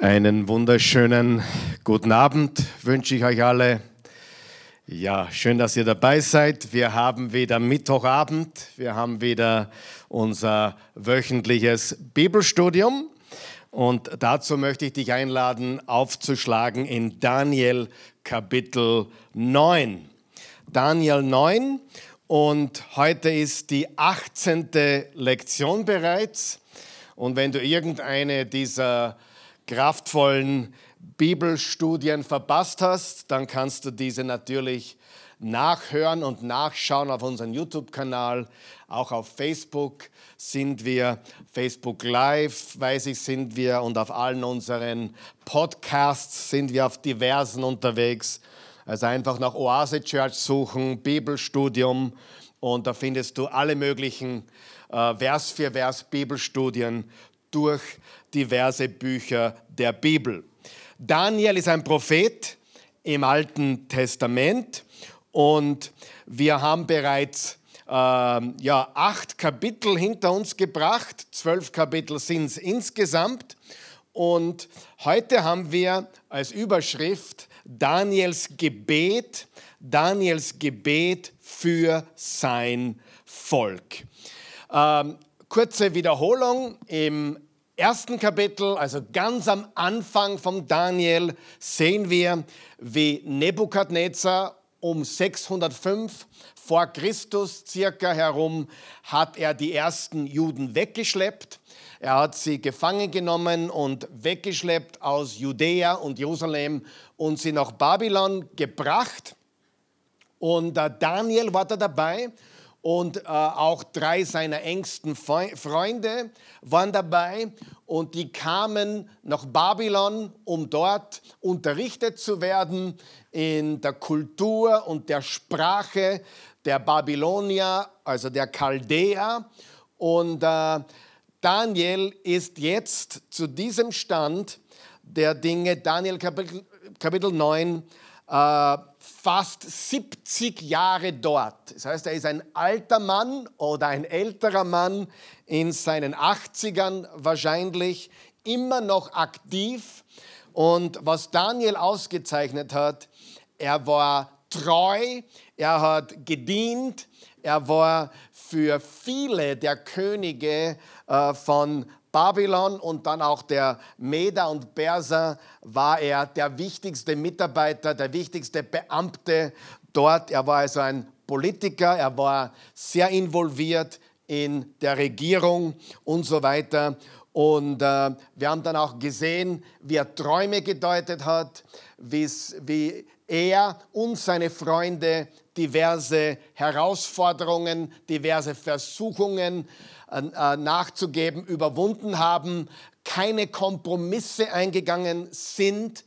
Einen wunderschönen guten Abend wünsche ich euch alle. Ja, schön, dass ihr dabei seid. Wir haben wieder Mittwochabend. Wir haben wieder unser wöchentliches Bibelstudium. Und dazu möchte ich dich einladen, aufzuschlagen in Daniel Kapitel 9. Daniel 9. Und heute ist die 18. Lektion bereits. Und wenn du irgendeine dieser kraftvollen Bibelstudien verpasst hast, dann kannst du diese natürlich nachhören und nachschauen auf unserem YouTube-Kanal. Auch auf Facebook sind wir, Facebook Live, weiß ich, sind wir, und auf allen unseren Podcasts sind wir auf diversen unterwegs. Also einfach nach Oase Church suchen, Bibelstudium, und da findest du alle möglichen Vers für Vers Bibelstudien durch diverse Bücher der Bibel. Daniel ist ein Prophet im Alten Testament und wir haben bereits 8 Kapitel hinter uns gebracht. 12 Kapitel sind es insgesamt. Und heute haben wir als Überschrift Daniels Gebet für sein Volk. Kurze Wiederholung: Im ersten Kapitel, also ganz am Anfang von Daniel, sehen wir, wie Nebukadnezar um 605 vor Christus circa herum hat er die ersten Juden weggeschleppt. Er hat sie gefangen genommen und weggeschleppt aus Judäa und Jerusalem und sie nach Babylon gebracht. Und Daniel war da dabei. Und auch 3 seiner engsten Freunde waren dabei und die kamen nach Babylon, um dort unterrichtet zu werden in der Kultur und der Sprache der Babylonier, also der Chaldäer. Und Daniel ist jetzt zu diesem Stand der Dinge, Daniel Kapitel 9, fast 70 Jahre dort. Das heißt, er ist ein alter Mann oder ein älterer Mann in seinen 80ern wahrscheinlich, immer noch aktiv. Und was Daniel ausgezeichnet hat, er war treu, er hat gedient, er war für viele der Könige von Babylon und dann auch der Meder und Perser war er der wichtigste Mitarbeiter, der wichtigste Beamte dort. Er war also ein Politiker, er war sehr involviert in der Regierung und so weiter. Und wir haben dann auch gesehen, wie er Träume gedeutet hat, wie er und seine Freunde diverse Herausforderungen, diverse Versuchungen nachzugeben, überwunden haben, keine Kompromisse eingegangen sind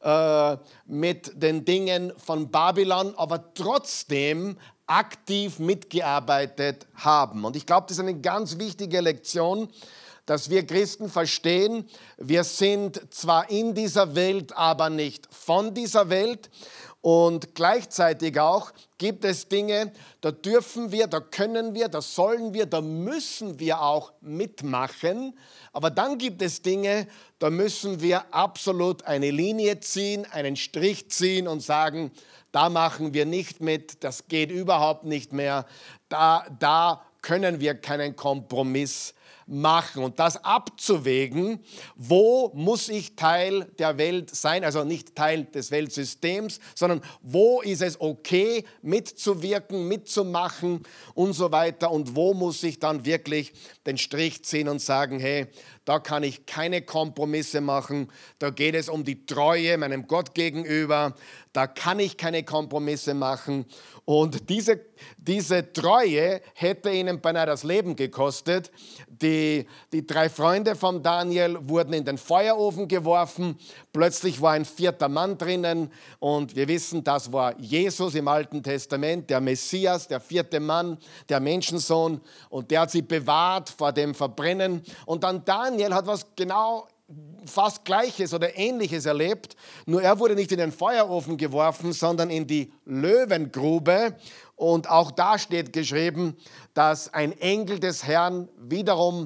mit den Dingen von Babylon, aber trotzdem aktiv mitgearbeitet haben. Und ich glaube, das ist eine ganz wichtige Lektion, dass wir Christen verstehen, wir sind zwar in dieser Welt, aber nicht von dieser Welt. Und gleichzeitig auch gibt es Dinge, da dürfen wir, da können wir, da sollen wir, da müssen wir auch mitmachen. Aber dann gibt es Dinge, da müssen wir absolut eine Linie ziehen, einen Strich ziehen und sagen, da machen wir nicht mit, das geht überhaupt nicht mehr, da können wir keinen Kompromiss machen. Und das abzuwägen, wo muss ich Teil der Welt sein, also nicht Teil des Weltsystems, sondern wo ist es okay, mitzuwirken, mitzumachen und so weiter, und wo muss ich dann wirklich den Strich ziehen und sagen, hey, da kann ich keine Kompromisse machen, da geht es um die Treue meinem Gott gegenüber, da kann ich keine Kompromisse machen. Und diese Treue hätte ihnen beinahe das Leben gekostet. Die 3 Freunde von Daniel wurden in den Feuerofen geworfen. Plötzlich war ein 4. Mann drinnen. Und wir wissen, das war Jesus im Alten Testament, der Messias, der 4. Mann, der Menschensohn. Und der hat sie bewahrt vor dem Verbrennen. Und dann Daniel hat was genau fast Gleiches oder Ähnliches erlebt, nur er wurde nicht in den Feuerofen geworfen, sondern in die Löwengrube. Und auch da steht geschrieben, dass ein Engel des Herrn wiederum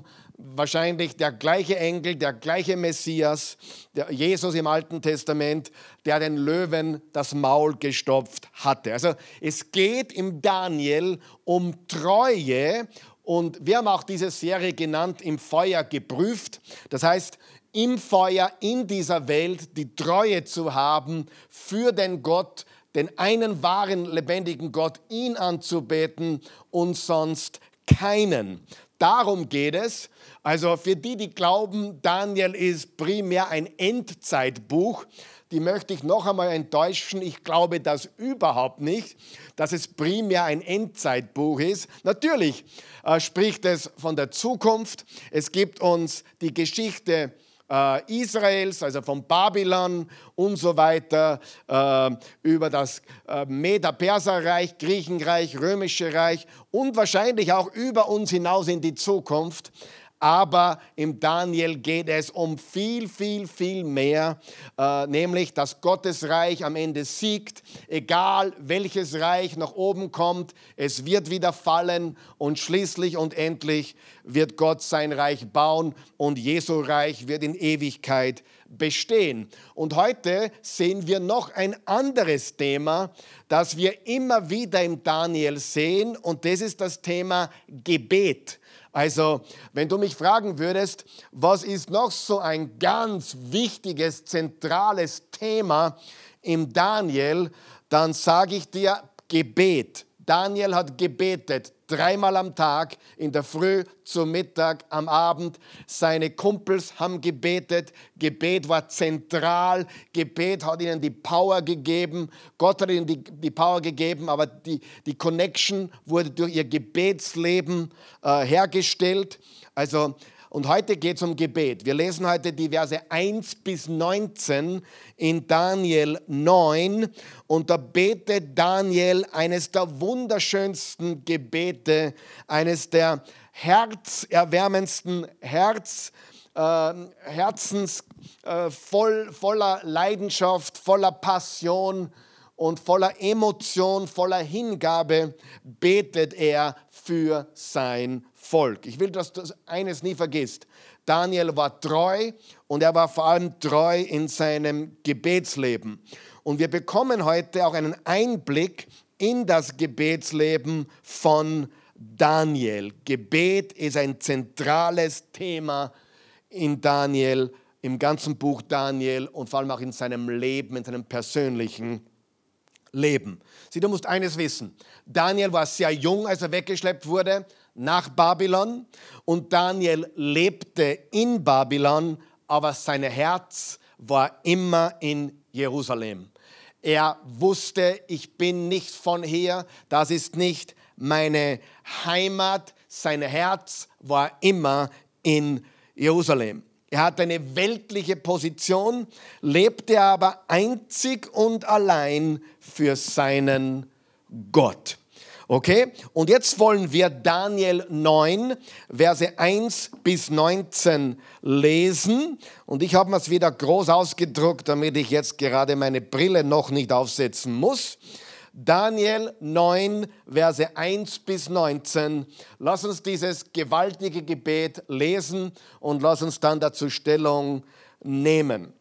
wahrscheinlich der gleiche Engel, der gleiche Messias, der Jesus im Alten Testament, der den Löwen das Maul gestopft hatte. Also es geht im Daniel um Treue und wir haben auch diese Serie genannt, im Feuer geprüft. Das heißt, im Feuer, in dieser Welt, die Treue zu haben für den Gott, den einen wahren, lebendigen Gott, ihn anzubeten und sonst keinen. Darum geht es. Also für die, die glauben, Daniel ist primär ein Endzeitbuch, die möchte ich noch einmal enttäuschen. Ich glaube das überhaupt nicht, dass es primär ein Endzeitbuch ist. Natürlich spricht es von der Zukunft. Es gibt uns die Geschichte Israels, also von Babylon und so weiter, über das Meder-Perser-Reich, Griechenreich, Römische Reich und wahrscheinlich auch über uns hinaus in die Zukunft. Aber im Daniel geht es um viel, viel, viel mehr, nämlich dass Gottes Reich am Ende siegt, egal welches Reich nach oben kommt, es wird wieder fallen und schließlich und endlich wird Gott sein Reich bauen und Jesu Reich wird in Ewigkeit bestehen. Und heute sehen wir noch ein anderes Thema, das wir immer wieder im Daniel sehen und das ist das Thema Gebet. Also, wenn du mich fragen würdest, was ist noch so ein ganz wichtiges, zentrales Thema im Daniel, dann sage ich dir Gebet. Daniel hat gebetet, 3-mal am Tag, in der Früh, zum Mittag, am Abend. Seine Kumpels haben gebetet. Gebet war zentral. Gebet hat ihnen die Power gegeben. Gott hat ihnen die Power gegeben, aber die Connection wurde durch ihr Gebetsleben hergestellt. Also, und heute geht es um Gebet. Wir lesen heute die Verse 1 bis 19 in Daniel 9. Und da betet Daniel eines der wunderschönsten Gebete, eines der herzerwärmendsten Herzens voller Leidenschaft, voller Passion und voller Emotion, voller Hingabe betet er für sein Volk. Ich will, dass du eines nie vergisst. Daniel war treu und er war vor allem treu in seinem Gebetsleben. Und wir bekommen heute auch einen Einblick in das Gebetsleben von Daniel. Gebet ist ein zentrales Thema in Daniel, im ganzen Buch Daniel und vor allem auch in seinem Leben, in seinem persönlichen Leben. Sieh, du musst eines wissen. Daniel war sehr jung, als er weggeschleppt wurde nach Babylon und Daniel lebte in Babylon, aber sein Herz war immer in Jerusalem. Er wusste, ich bin nicht von hier, das ist nicht meine Heimat. Sein Herz war immer in Jerusalem. Er hatte eine weltliche Position, lebte aber einzig und allein für seinen Gott. Okay? Und jetzt wollen wir Daniel 9, Verse 1 bis 19 lesen. Und ich habe mir es wieder groß ausgedruckt, damit ich jetzt gerade meine Brille noch nicht aufsetzen muss. Daniel 9, Verse 1 bis 19. Lass uns dieses gewaltige Gebet lesen und lass uns dann dazu Stellung nehmen.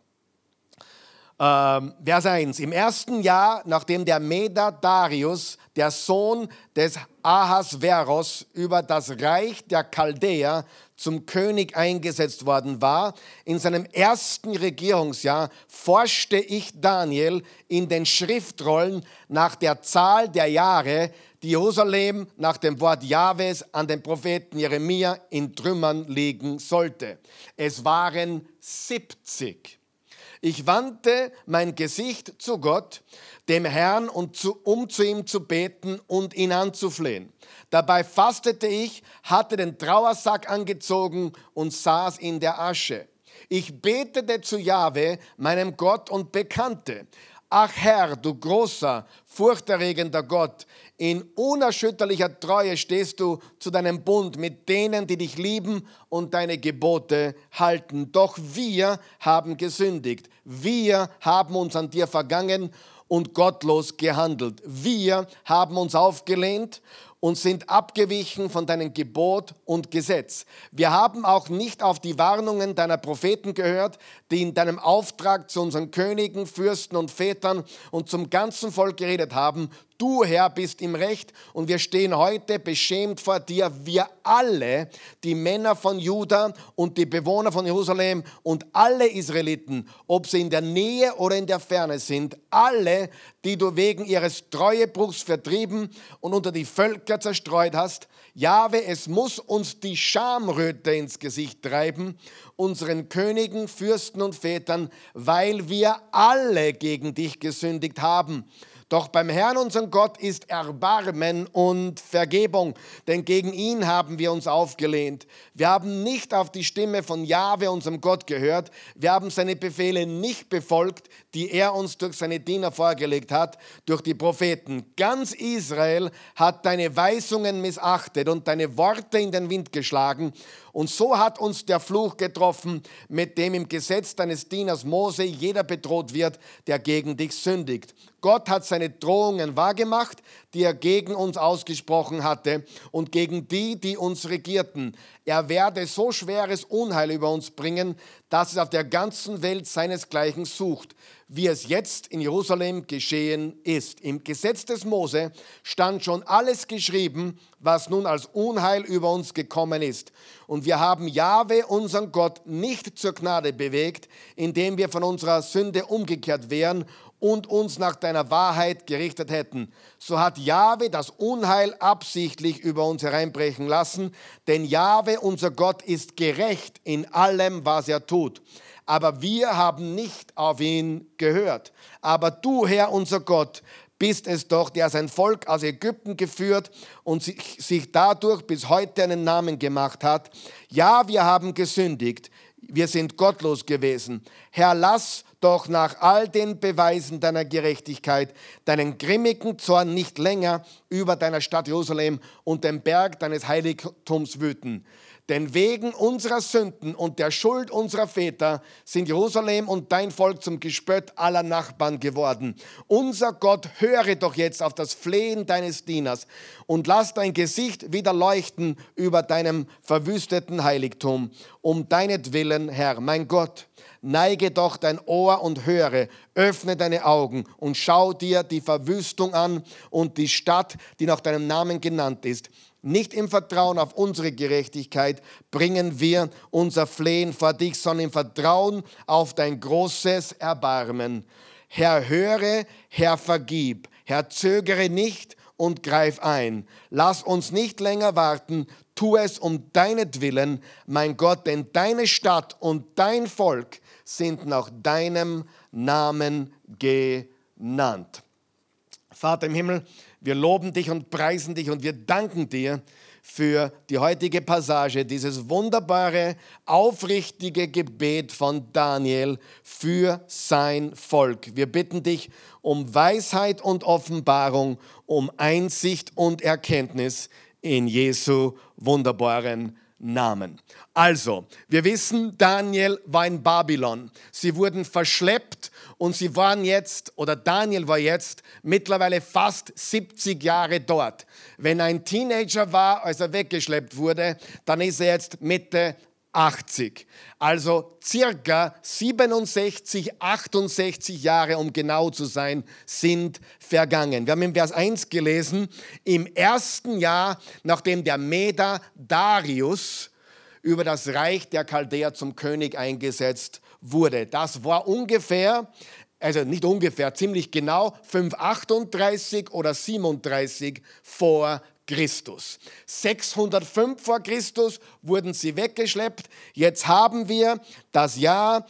Vers 1. Im ersten Jahr, nachdem der Meder Darius, der Sohn des Ahasveros, über das Reich der Chaldäer zum König eingesetzt worden war, in seinem ersten Regierungsjahr forschte ich Daniel in den Schriftrollen nach der Zahl der Jahre, die Jerusalem nach dem Wort Jahwes an den Propheten Jeremia in Trümmern liegen sollte. Es waren 70. Ich wandte mein Gesicht zu Gott, dem Herrn, um zu ihm zu beten und ihn anzuflehen. Dabei fastete ich, hatte den Trauersack angezogen und saß in der Asche. Ich betete zu Jahwe, meinem Gott, und bekannte: Ach Herr, du großer, furchterregender Gott, in unerschütterlicher Treue stehst du zu deinem Bund mit denen, die dich lieben und deine Gebote halten. Doch wir haben gesündigt. Wir haben uns an dir vergangen und gottlos gehandelt. Wir haben uns aufgelehnt und sind abgewichen von deinem Gebot und Gesetz. Wir haben auch nicht auf die Warnungen deiner Propheten gehört, die in deinem Auftrag zu unseren Königen, Fürsten und Vätern und zum ganzen Volk geredet haben. Du, Herr, bist im Recht und wir stehen heute beschämt vor dir, wir alle, die Männer von Juda und die Bewohner von Jerusalem und alle Israeliten, ob sie in der Nähe oder in der Ferne sind, alle, die du wegen ihres Treuebruchs vertrieben und unter die Völker zerstreut hast. Jahwe, es muss uns die Schamröte ins Gesicht treiben, unseren Königen, Fürsten und Vätern, weil wir alle gegen dich gesündigt haben. Doch beim Herrn, unserem Gott, ist Erbarmen und Vergebung, denn gegen ihn haben wir uns aufgelehnt. Wir haben nicht auf die Stimme von Jahwe, unserem Gott, gehört. Wir haben seine Befehle nicht befolgt, die er uns durch seine Diener vorgelegt hat, durch die Propheten. Ganz Israel hat deine Weisungen missachtet und deine Worte in den Wind geschlagen. Und so hat uns der Fluch getroffen, mit dem im Gesetz deines Dieners Mose jeder bedroht wird, der gegen dich sündigt. Gott hat seine Drohungen wahrgemacht, die er gegen uns ausgesprochen hatte und gegen die, die uns regierten. Er werde so schweres Unheil über uns bringen, dass es auf der ganzen Welt seinesgleichen sucht, wie es jetzt in Jerusalem geschehen ist. Im Gesetz des Mose stand schon alles geschrieben, was nun als Unheil über uns gekommen ist. Und wir haben Jahwe, unseren Gott, nicht zur Gnade bewegt, indem wir von unserer Sünde umgekehrt wären und uns nach deiner Wahrheit gerichtet hätten. So hat Jahwe das Unheil absichtlich über uns hereinbrechen lassen, denn Jahwe, unser Gott, ist gerecht in allem, was er tut. Aber wir haben nicht auf ihn gehört. Aber du, Herr, unser Gott, bist es doch, der sein Volk aus Ägypten geführt und sich dadurch bis heute einen Namen gemacht hat. Ja, wir haben gesündigt. Wir sind gottlos gewesen. Herr, lass doch nach all den Beweisen deiner Gerechtigkeit deinen grimmigen Zorn nicht länger über deiner Stadt Jerusalem und den Berg deines Heiligtums wüten. Denn wegen unserer Sünden und der Schuld unserer Väter sind Jerusalem und dein Volk zum Gespött aller Nachbarn geworden. Unser Gott, höre doch jetzt auf das Flehen deines Dieners und lass dein Gesicht wieder leuchten über deinem verwüsteten Heiligtum. Um deinetwillen, Herr, mein Gott, neige doch dein Ohr und höre, öffne deine Augen und schau dir die Verwüstung an und die Stadt, die nach deinem Namen genannt ist. Nicht im Vertrauen auf unsere Gerechtigkeit bringen wir unser Flehen vor dich, sondern im Vertrauen auf dein großes Erbarmen. Herr, höre, Herr, vergib. Herr, zögere nicht und greif ein. Lass uns nicht länger warten. Tu es um deinetwillen, mein Gott, denn deine Stadt und dein Volk sind nach deinem Namen genannt. Vater im Himmel, wir loben dich und preisen dich und wir danken dir für die heutige Passage, dieses wunderbare, aufrichtige Gebet von Daniel für sein Volk. Wir bitten dich um Weisheit und Offenbarung, um Einsicht und Erkenntnis in Jesu wunderbaren Namen. Also, wir wissen, Daniel war in Babylon. Sie wurden verschleppt und Daniel war jetzt mittlerweile fast 70 Jahre dort. Wenn er ein Teenager war, als er weggeschleppt wurde, dann ist er jetzt Mitte 80. Also circa 67, 68 Jahre, um genau zu sein, sind vergangen. Wir haben im Vers 1 gelesen, im ersten Jahr, nachdem der Meder Darius über das Reich der Chaldäer zum König eingesetzt wurde. Das war ziemlich genau 538 oder 37 vor Christus. 605 vor Christus wurden sie weggeschleppt. Jetzt haben wir das Jahr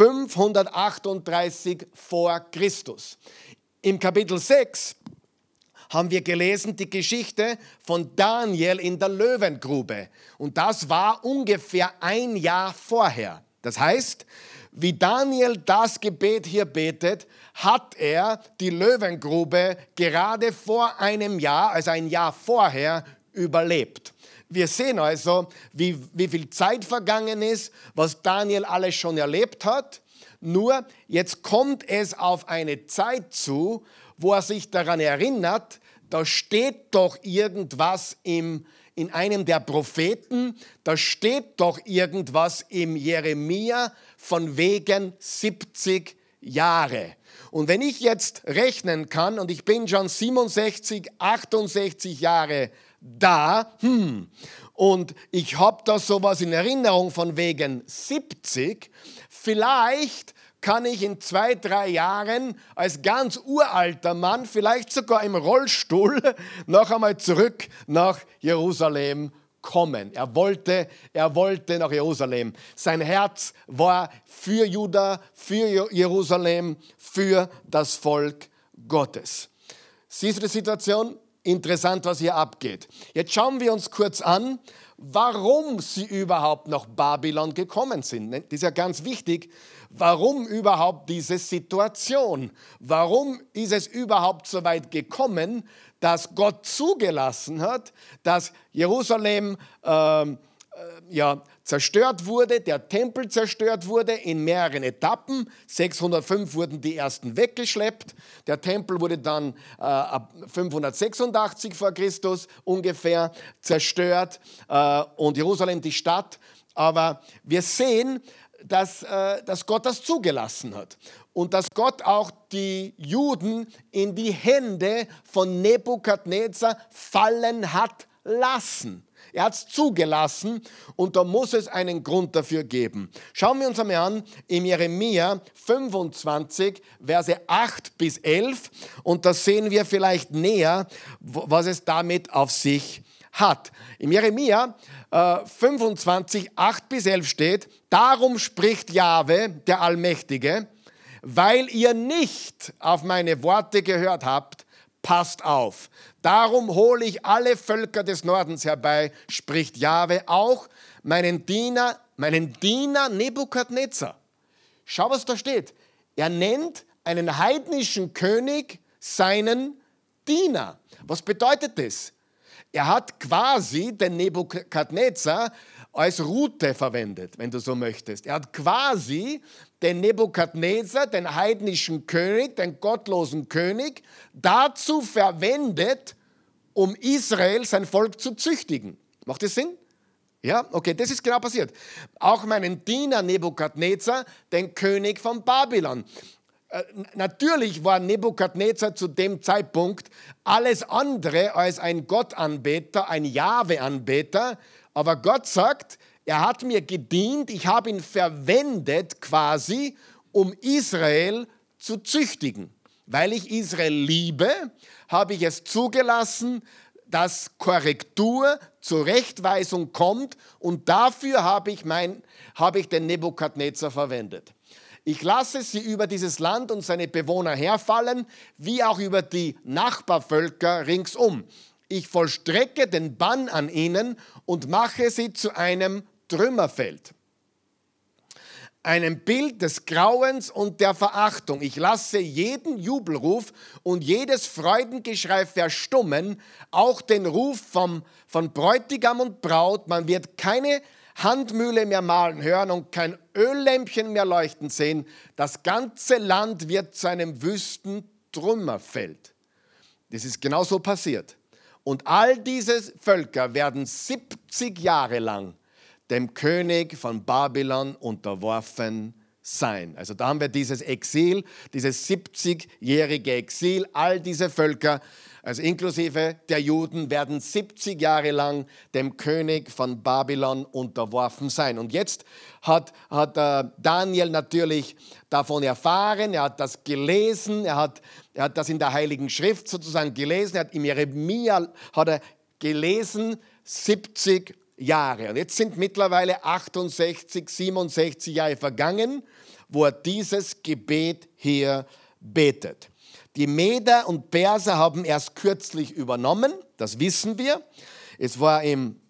538 vor Christus. Im Kapitel 6 haben wir gelesen die Geschichte von Daniel in der Löwengrube. Und das war ungefähr ein Jahr vorher. Das heißt, wie Daniel das Gebet hier betet, hat er die Löwengrube gerade vor einem Jahr, also ein Jahr vorher, überlebt. Wir sehen also, wie viel Zeit vergangen ist, was Daniel alles schon erlebt hat. Nur jetzt kommt es auf eine Zeit zu, wo er sich daran erinnert, da steht doch irgendwas in einem der Propheten, da steht doch irgendwas im Jeremia von wegen 70 Jahre. Und wenn ich jetzt rechnen kann und ich bin schon 67, 68 Jahre da, und ich habe da sowas in Erinnerung von wegen 70, vielleicht kann ich in 2, 3 Jahren als ganz uralter Mann, vielleicht sogar im Rollstuhl, noch einmal zurück nach Jerusalem kommen. Er wollte nach Jerusalem. Sein Herz war für Juda, für Jerusalem, für das Volk Gottes. Siehst du die Situation? Interessant, was hier abgeht. Jetzt schauen wir uns kurz an, warum sie überhaupt nach Babylon gekommen sind. Das ist ja ganz wichtig. Warum überhaupt diese Situation? Warum ist es überhaupt so weit gekommen, dass Gott zugelassen hat, dass Jerusalem zerstört wurde, der Tempel zerstört wurde in mehreren Etappen. 605 wurden die ersten weggeschleppt. Der Tempel wurde dann ab 586 vor Christus ungefähr zerstört und Jerusalem die Stadt. Aber wir sehen, dass Gott das zugelassen hat und dass Gott auch die Juden in die Hände von Nebukadnezar fallen hat lassen. Er hat es zugelassen und da muss es einen Grund dafür geben. Schauen wir uns einmal an, im Jeremia 25, Verse 8 bis 11 und da sehen wir vielleicht näher, was es damit auf sich hat. Im Jeremia 25, 8 bis 11 steht, darum spricht Jahwe, der Allmächtige, weil ihr nicht auf meine Worte gehört habt, passt auf. Darum hole ich alle Völker des Nordens herbei, spricht Jahwe, auch meinen Diener Nebukadnezar. Schau, was da steht. Er nennt einen heidnischen König seinen Diener. Was bedeutet das? Er hat quasi den Nebukadnezar als Route verwendet, wenn du so möchtest. Er hat quasi den Nebukadnezar, den heidnischen König, den gottlosen König, dazu verwendet, um Israel, sein Volk, zu züchtigen. Macht das Sinn? Ja, okay, das ist genau passiert. Auch meinen Diener Nebukadnezar, den König von Babylon. Natürlich war Nebukadnezar zu dem Zeitpunkt alles andere als ein Gottanbeter, ein Jahwe-Anbeter, aber Gott sagt, er hat mir gedient, ich habe ihn verwendet quasi, um Israel zu züchtigen. Weil ich Israel liebe, habe ich es zugelassen, dass Korrektur, Zurechtweisung kommt und dafür habe ich den Nebukadnezar verwendet. Ich lasse sie über dieses Land und seine Bewohner herfallen, wie auch über die Nachbarvölker ringsum. Ich vollstrecke den Bann an ihnen und mache sie zu einem Trümmerfeld. Einem Bild des Grauens und der Verachtung. Ich lasse jeden Jubelruf und jedes Freudengeschrei verstummen, auch den Ruf von Bräutigam und Braut. Man wird keine Handmühle mehr mahlen hören und kein Öllämpchen mehr leuchten sehen. Das ganze Land wird zu einem wüsten Trümmerfeld. Das ist genau so passiert. Und all diese Völker werden 70 Jahre lang dem König von Babylon unterworfen sein. Also da haben wir dieses Exil, dieses 70-jährige Exil, all diese Völker, also inklusive der Juden, werden 70 Jahre lang dem König von Babylon unterworfen sein. Und jetzt hat Daniel natürlich davon erfahren, er hat das gelesen, er hat das in der Heiligen Schrift sozusagen gelesen, er hat im Jeremia gelesen, 70 Jahre. Und jetzt sind mittlerweile 68, 67 Jahre vergangen, wo er dieses Gebet hier betet. Die Meder und Perser haben erst kürzlich übernommen, das wissen wir. Es war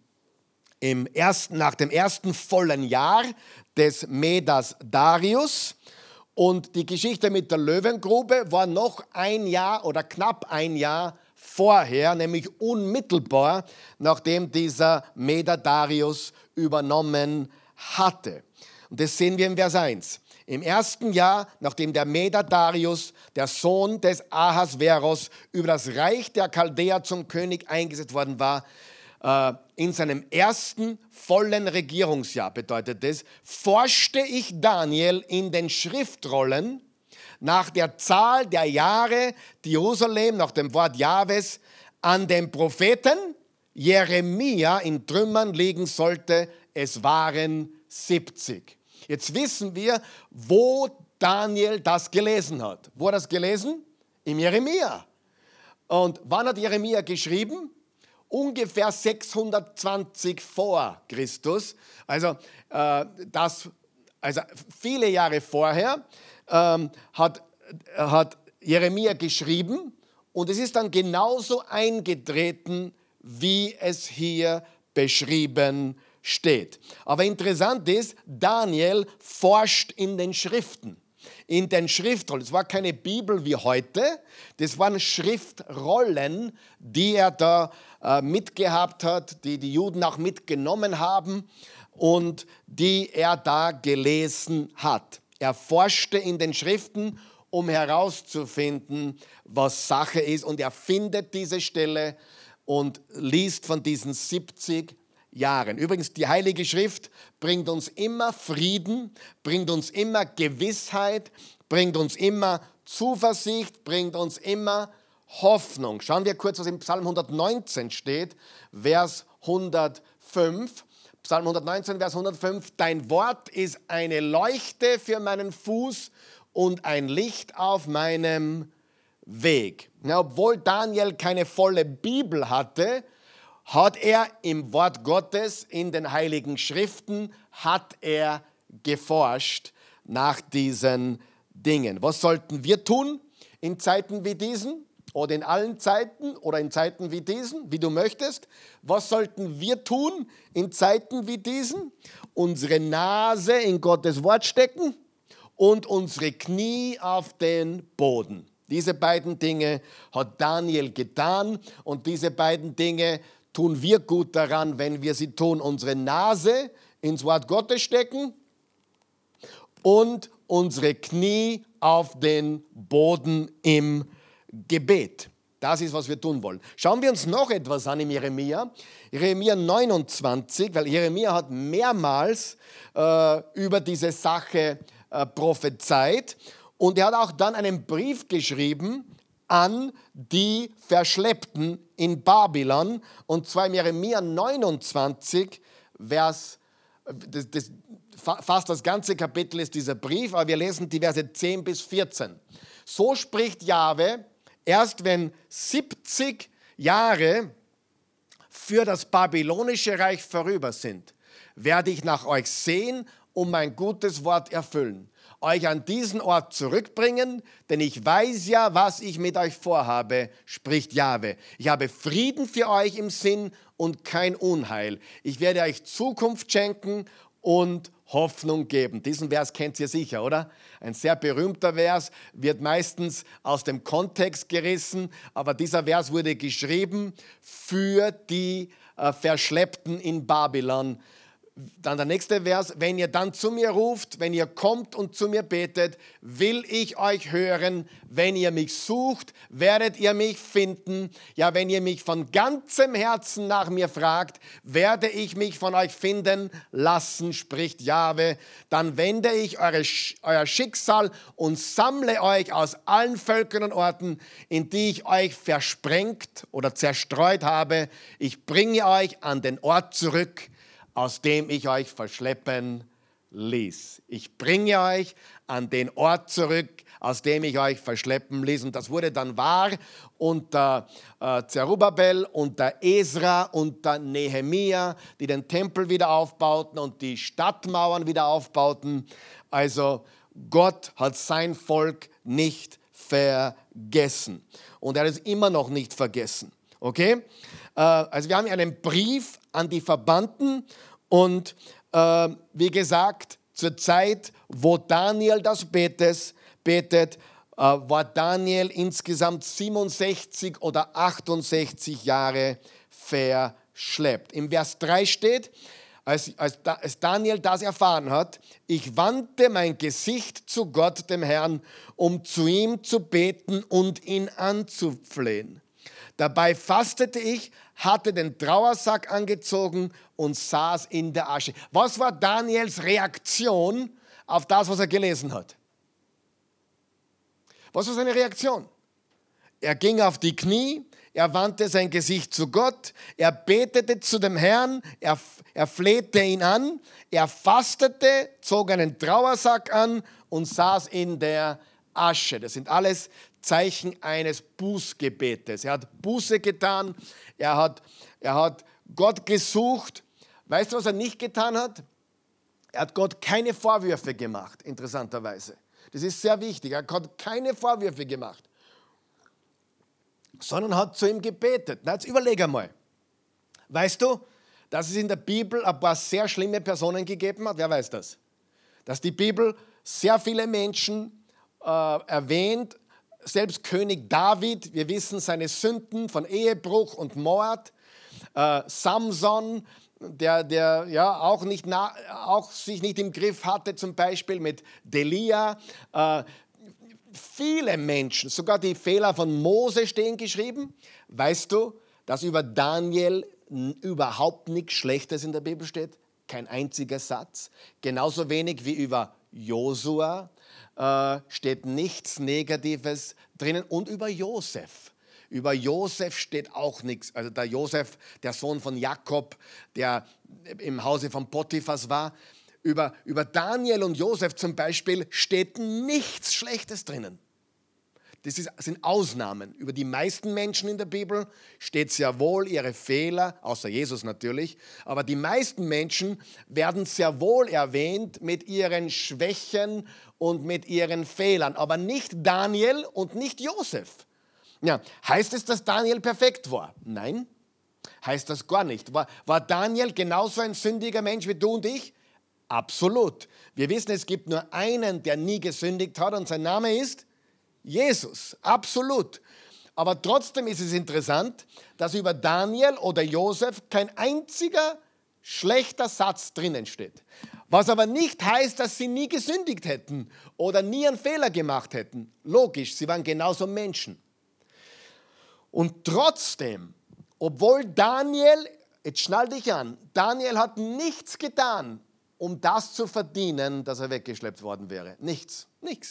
nach dem ersten vollen Jahr des Medas Darius. Und die Geschichte mit der Löwengrube war noch ein Jahr oder knapp ein Jahr vorher, nämlich unmittelbar, nachdem dieser Meder Darius übernommen hatte. Und das sehen wir im Vers 1. im ersten Jahr, nachdem der Meder Darius, der Sohn des Ahasveros, über das Reich der Chaldäer zum König eingesetzt worden war, in seinem ersten vollen Regierungsjahr, bedeutet das, forschte ich Daniel in den Schriftrollen nach der Zahl der Jahre, die Jerusalem nach dem Wort Jahwes an den Propheten Jeremia in Trümmern liegen sollte. Es waren 70. Jetzt wissen wir, wo Daniel das gelesen hat. Wo hat er das gelesen? Im Jeremia. Und wann hat Jeremia geschrieben? Ungefähr 620 vor Christus. Also viele Jahre vorher hat Jeremia geschrieben und es ist dann genauso eingetreten, wie es hier beschrieben steht. Aber interessant ist, Daniel forscht in den Schriften, in den Schriftrollen. Es war keine Bibel wie heute, das waren Schriftrollen, die er da mitgehabt hat, die die Juden auch mitgenommen haben und die er da gelesen hat. Er forschte in den Schriften, um herauszufinden, was Sache ist, und er findet diese Stelle und liest von diesen 70 Jahren. Übrigens, die Heilige Schrift bringt uns immer Frieden, bringt uns immer Gewissheit, bringt uns immer Zuversicht, bringt uns immer Hoffnung. Schauen wir kurz, was im Psalm 119 steht, Vers 105. Psalm 119, Vers 105. Dein Wort ist eine Leuchte für meinen Fuß und ein Licht auf meinem Weg. Ja, obwohl Daniel keine volle Bibel hatte, hat er im Wort Gottes, in den Heiligen Schriften, hat er geforscht nach diesen Dingen. Was sollten wir tun in Zeiten wie diesen? Oder in allen Zeiten oder in Zeiten wie diesen, wie du möchtest. Was sollten wir tun in Zeiten wie diesen? Unsere Nase in Gottes Wort stecken und unsere Knie auf den Boden. Diese beiden Dinge hat Daniel getan und diese beiden Dinge tun wir gut daran, wenn wir sie tun. Unsere Nase ins Wort Gottes stecken und unsere Knie auf den Boden im Gebet. Das ist, was wir tun wollen. Schauen wir uns noch etwas an im Jeremia. Jeremia 29, weil Jeremia hat mehrmals über diese Sache prophezeit. Und er hat auch dann einen Brief geschrieben an die Verschleppten in Babylon. Und zwar im Jeremia 29, fast das ganze Kapitel ist dieser Brief, aber wir lesen die Verse 10 bis 14. So spricht Jahwe: Erst wenn 70 Jahre für das babylonische Reich vorüber sind, werde ich nach euch sehen und mein gutes Wort erfüllen. Euch an diesen Ort zurückbringen, denn ich weiß ja, was ich mit euch vorhabe, spricht Jahwe. Ich habe Frieden für euch im Sinn und kein Unheil. Ich werde euch Zukunft schenken und Hoffnung geben. Diesen Vers kennt ihr sicher, oder? Ein sehr berühmter Vers, wird meistens aus dem Kontext gerissen, aber dieser Vers wurde geschrieben für die Verschleppten in Babylon. Dann der nächste Vers: Wenn ihr dann zu mir ruft, wenn ihr kommt und zu mir betet, will ich euch hören. Wenn ihr mich sucht, werdet ihr mich finden. Ja, wenn ihr mich von ganzem Herzen nach mir fragt, werde ich mich von euch finden lassen, spricht Jahwe. Dann wende ich euer Schicksal und sammle euch aus allen Völkern und Orten, in die ich euch versprengt oder zerstreut habe. Ich bringe euch an den Ort zurück, aus dem ich euch verschleppen ließ. Ich bringe euch an den Ort zurück, aus dem ich euch verschleppen ließ. Und das wurde dann wahr unter Zerubbabel, unter Esra, unter Nehemia, die den Tempel wieder aufbauten und die Stadtmauern wieder aufbauten. Also Gott hat sein Volk nicht vergessen. Und er hat es immer noch nicht vergessen. Okay? Also wir haben einen Brief an die Verbannten und wie gesagt, zur Zeit, wo Daniel das betet, war Daniel insgesamt 67 oder 68 Jahre verschleppt. Im Vers 3 steht: als Daniel das erfahren hat, ich wandte mein Gesicht zu Gott, dem Herrn, um zu ihm zu beten und ihn anzuflehen. Dabei fastete ich, hatte den Trauersack angezogen und saß in der Asche. Was war Daniels Reaktion auf das, was er gelesen hat? Was war seine Reaktion? Er ging auf die Knie, er wandte sein Gesicht zu Gott, er betete zu dem Herrn, er flehte ihn an, er fastete, zog einen Trauersack an und saß in der Asche. Das sind alles Zeichen eines Bußgebetes. Er hat Buße getan, er hat Gott gesucht. Weißt du, was er nicht getan hat? Er hat Gott keine Vorwürfe gemacht, interessanterweise. Das ist sehr wichtig. Er hat keine Vorwürfe gemacht, sondern hat zu ihm gebetet. Na, jetzt überleg einmal. Weißt du, dass es in der Bibel ein paar sehr schlimme Personen gegeben hat? Wer weiß das? Dass die Bibel sehr viele Menschen erwähnt, selbst König David, wir wissen seine Sünden von Ehebruch und Mord, Samson, der ja auch sich nicht im Griff hatte, zum Beispiel mit Delia. Viele Menschen, sogar die Fehler von Mose stehen geschrieben. Weißt du, dass über Daniel überhaupt nichts Schlechtes in der Bibel steht? Kein einziger Satz. Genauso wenig wie über Josua steht nichts Negatives drinnen. Und über Josef. Über Josef steht auch nichts. Also der Josef, der Sohn von Jakob, der im Hause von Potiphas war. Über Daniel und Josef zum Beispiel steht nichts Schlechtes drinnen. Sind Ausnahmen. Über die meisten Menschen in der Bibel steht sehr wohl ihre Fehler, außer Jesus natürlich, aber die meisten Menschen werden sehr wohl erwähnt mit ihren Schwächen und mit ihren Fehlern, aber nicht Daniel und nicht Josef. Ja, heißt es, dass Daniel perfekt war? Nein, heißt das gar nicht. War Daniel genauso ein sündiger Mensch wie du und ich? Absolut. Wir wissen, es gibt nur einen, der nie gesündigt hat und sein Name ist Jesus. Absolut. Aber trotzdem ist es interessant, dass über Daniel oder Josef kein einziger schlechter Satz drinnen steht. Was aber nicht heißt, dass sie nie gesündigt hätten oder nie einen Fehler gemacht hätten. Logisch, sie waren genauso Menschen. Und trotzdem, obwohl Daniel, jetzt schnall dich an, Daniel hat nichts getan, um das zu verdienen, dass er weggeschleppt worden wäre. Nichts.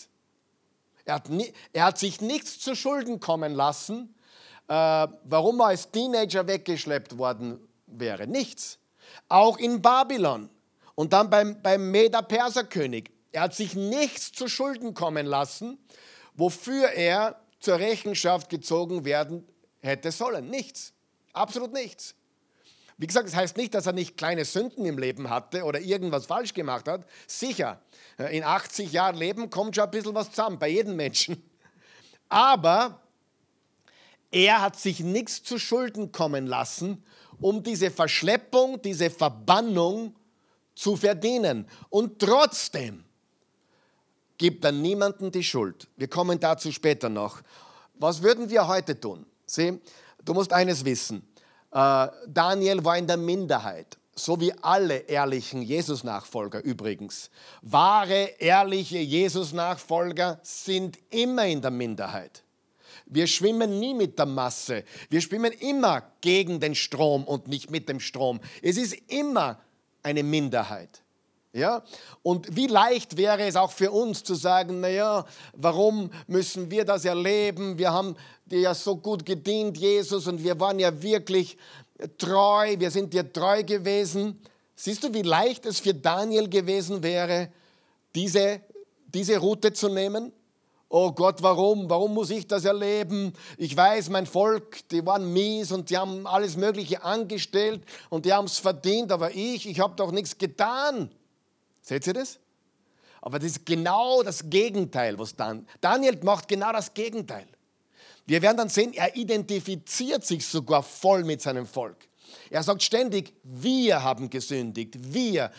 Er hat sich nichts zu Schulden kommen lassen, warum er als Teenager weggeschleppt worden wäre. Nichts. Auch in Babylon und dann beim Meder-Perser-König. Er hat sich nichts zu Schulden kommen lassen, wofür er zur Rechenschaft gezogen werden hätte sollen. Nichts. Absolut nichts. Wie gesagt, das heißt nicht, dass er nicht kleine Sünden im Leben hatte oder irgendwas falsch gemacht hat. Sicher, in 80 Jahren Leben kommt schon ein bisschen was zusammen, bei jedem Menschen. Aber er hat sich nichts zu Schulden kommen lassen, um diese Verschleppung, diese Verbannung zu verdienen. Und trotzdem gibt er niemandem die Schuld. Wir kommen dazu später noch. Was würden wir heute tun? Sieh, du musst eines wissen. Daniel war in der Minderheit, so wie alle ehrlichen Jesus-Nachfolger übrigens. Wahre, ehrliche Jesus-Nachfolger sind immer in der Minderheit. Wir schwimmen nie mit der Masse. Wir schwimmen immer gegen den Strom und nicht mit dem Strom. Es ist immer eine Minderheit. Ja? Und wie leicht wäre es auch für uns zu sagen, naja, warum müssen wir das erleben? Wir haben dir ja so gut gedient, Jesus, und wir waren ja wirklich treu, wir sind dir treu gewesen. Siehst du, wie leicht es für Daniel gewesen wäre, diese Route zu nehmen? Oh Gott, warum? Warum muss ich das erleben? Ich weiß, mein Volk, die waren mies und die haben alles Mögliche angestellt und die haben es verdient, aber ich habe doch nichts getan. Seht ihr das? Aber das ist genau das Gegenteil, was Daniel macht, genau das Gegenteil. Wir werden dann sehen, er identifiziert sich sogar voll mit seinem Volk. Er sagt ständig, wir haben gesündigt. Wir.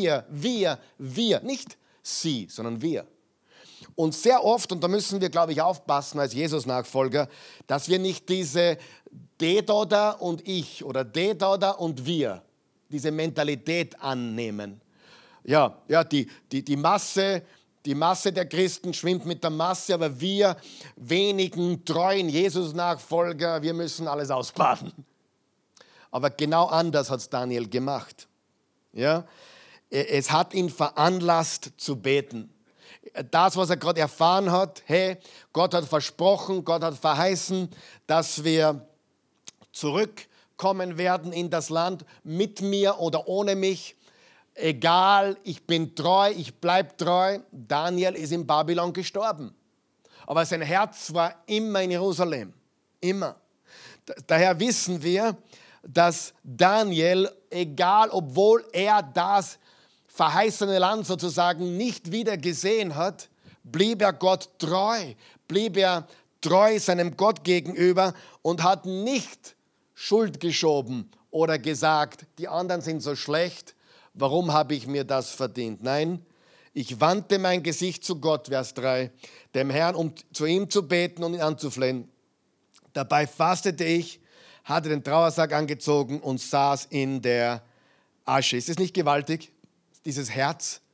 Nicht sie, sondern wir. Und sehr oft, und da müssen wir, glaube ich, aufpassen als Jesus-Nachfolger, dass wir nicht diese D-Doda und ich oder D-Doda und wir, diese Mentalität annehmen. Ja, die Masse der Christen schwimmt mit der Masse, aber wir wenigen treuen Jesus-Nachfolger, wir müssen alles ausbaden. Aber genau anders hat es Daniel gemacht. Ja? Es hat ihn veranlasst zu beten. Das, was er gerade erfahren hat, hey, Gott hat versprochen, Gott hat verheißen, dass wir zurückkommen werden in das Land, mit mir oder ohne mich. Egal, ich bin treu, ich bleibe treu. Daniel ist in Babylon gestorben. Aber sein Herz war immer in Jerusalem. Immer. Daher wissen wir, dass Daniel, egal, obwohl er das verheißene Land sozusagen nicht wieder gesehen hat, blieb er Gott treu. Blieb er treu seinem Gott gegenüber und hat nicht Schuld geschoben oder gesagt, die anderen sind so schlecht, warum habe ich mir das verdient? Nein, ich wandte mein Gesicht zu Gott, Vers 3, dem Herrn, um zu ihm zu beten und ihn anzuflehen. Dabei fastete ich, hatte den Trauersack angezogen und saß in der Asche. Ist es nicht gewaltig, dieses Herz?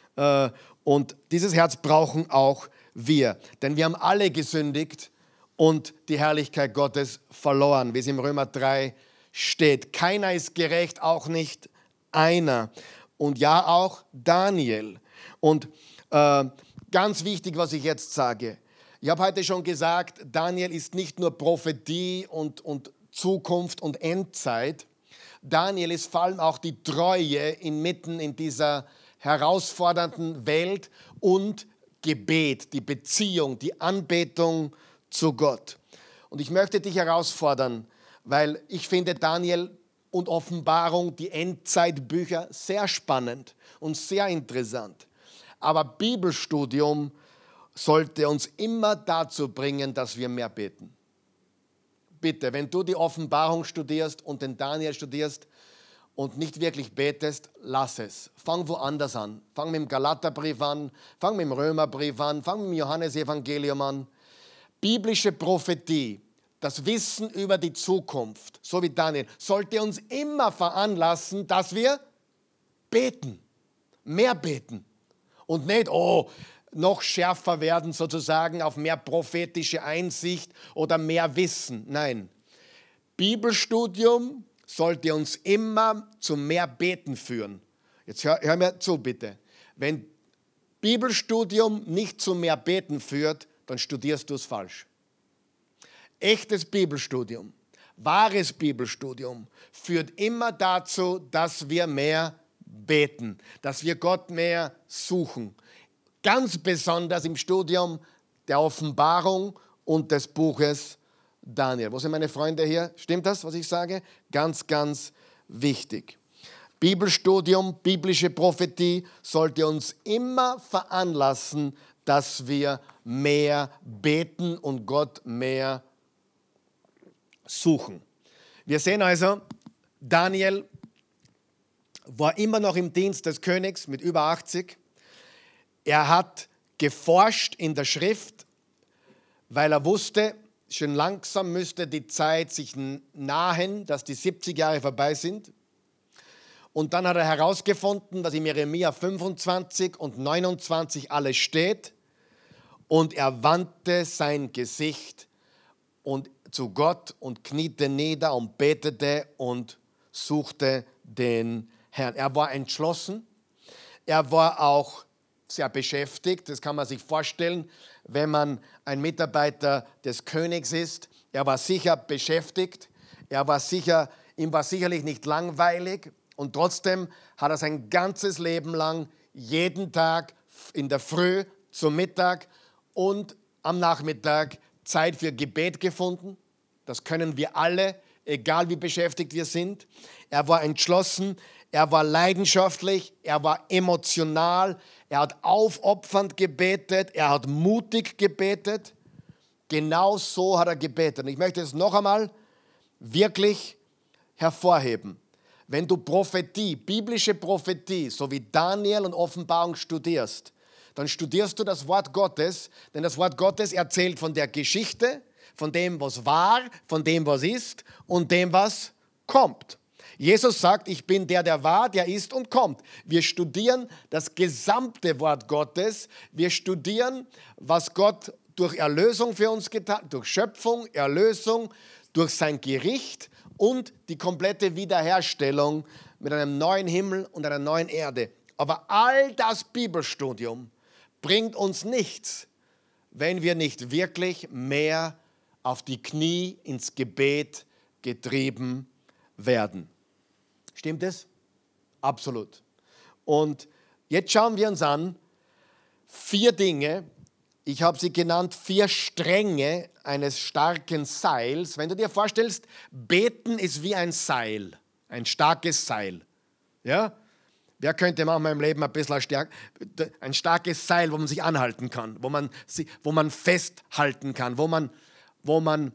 Und dieses Herz brauchen auch wir, denn wir haben alle gesündigt und die Herrlichkeit Gottes verloren, wie es im Römer 3 steht. Keiner ist gerecht, auch nicht einer. Und ja, auch Daniel. Und ganz wichtig, was ich jetzt sage. Ich habe heute schon gesagt, Daniel ist nicht nur Prophetie und Zukunft und Endzeit. Daniel ist vor allem auch die Treue inmitten in dieser herausfordernden Welt und Gebet, die Beziehung, die Anbetung zu Gott. Und ich möchte dich herausfordern, weil ich finde Daniel und Offenbarung, die Endzeitbücher, sehr spannend und sehr interessant. Aber Bibelstudium sollte uns immer dazu bringen, dass wir mehr beten. Bitte, wenn du die Offenbarung studierst und den Daniel studierst und nicht wirklich betest, lass es. Fang woanders an. Fang mit dem Galaterbrief an, fang mit dem Römerbrief an, fang mit dem Johannesevangelium an. Biblische Prophetie, das Wissen über die Zukunft, so wie Daniel, sollte uns immer veranlassen, dass wir beten, mehr beten und nicht, noch schärfer werden sozusagen auf mehr prophetische Einsicht oder mehr Wissen. Nein, Bibelstudium sollte uns immer zu mehr Beten führen. Jetzt hör mir zu bitte. Wenn Bibelstudium nicht zu mehr Beten führt, dann studierst du es falsch. Echtes Bibelstudium, wahres Bibelstudium führt immer dazu, dass wir mehr beten, dass wir Gott mehr suchen. Ganz besonders im Studium der Offenbarung und des Buches Daniel. Wo sind meine Freunde hier? Stimmt das, was ich sage? Ganz, ganz wichtig. Bibelstudium, biblische Prophetie sollte uns immer veranlassen, dass wir mehr beten und Gott mehr suchen. Wir sehen also, Daniel war immer noch im Dienst des Königs mit über 80. Er hat geforscht in der Schrift, weil er wusste, schon langsam müsste die Zeit sich nahen, dass die 70 Jahre vorbei sind. Und dann hat er herausgefunden, dass in Jeremia 25 und 29 alles steht. Und er wandte sein Gesicht zu Gott und kniete nieder und betete und suchte den Herrn. Er war entschlossen. Er war auch sehr beschäftigt. Das kann man sich vorstellen, wenn man ein Mitarbeiter des Königs ist. Er war sicher beschäftigt. Ihm war sicherlich nicht langweilig. Und trotzdem hat er sein ganzes Leben lang jeden Tag in der Früh, zum Mittag und am Nachmittag Zeit für Gebet gefunden. Das können wir alle, egal wie beschäftigt wir sind. Er war entschlossen, er war leidenschaftlich, er war emotional, er hat aufopfernd gebetet, er hat mutig gebetet. Genau so hat er gebetet. Und ich möchte es noch einmal wirklich hervorheben. Wenn du Prophetie, biblische Prophetie, so wie Daniel und Offenbarung studierst, dann studierst du das Wort Gottes, denn das Wort Gottes erzählt von der Geschichte, von dem, was war, von dem, was ist und dem, was kommt. Jesus sagt, ich bin der war, der ist und kommt. Wir studieren das gesamte Wort Gottes. Wir studieren, was Gott durch Erlösung für uns getan hat, durch Schöpfung, Erlösung, durch sein Gericht und die komplette Wiederherstellung mit einem neuen Himmel und einer neuen Erde. Aber all das Bibelstudium bringt uns nichts, wenn wir nicht wirklich mehr auf die Knie ins Gebet getrieben werden. Stimmt es? Absolut. Und jetzt schauen wir uns an 4 Dinge. Ich habe sie genannt 4 Stränge eines starken Seils. Wenn du dir vorstellst, beten ist wie ein Seil, ein starkes Seil. Ja? Wer könnte manchmal im Leben ein bisschen ein starkes Seil, wo man sich anhalten kann, wo man festhalten kann, wo man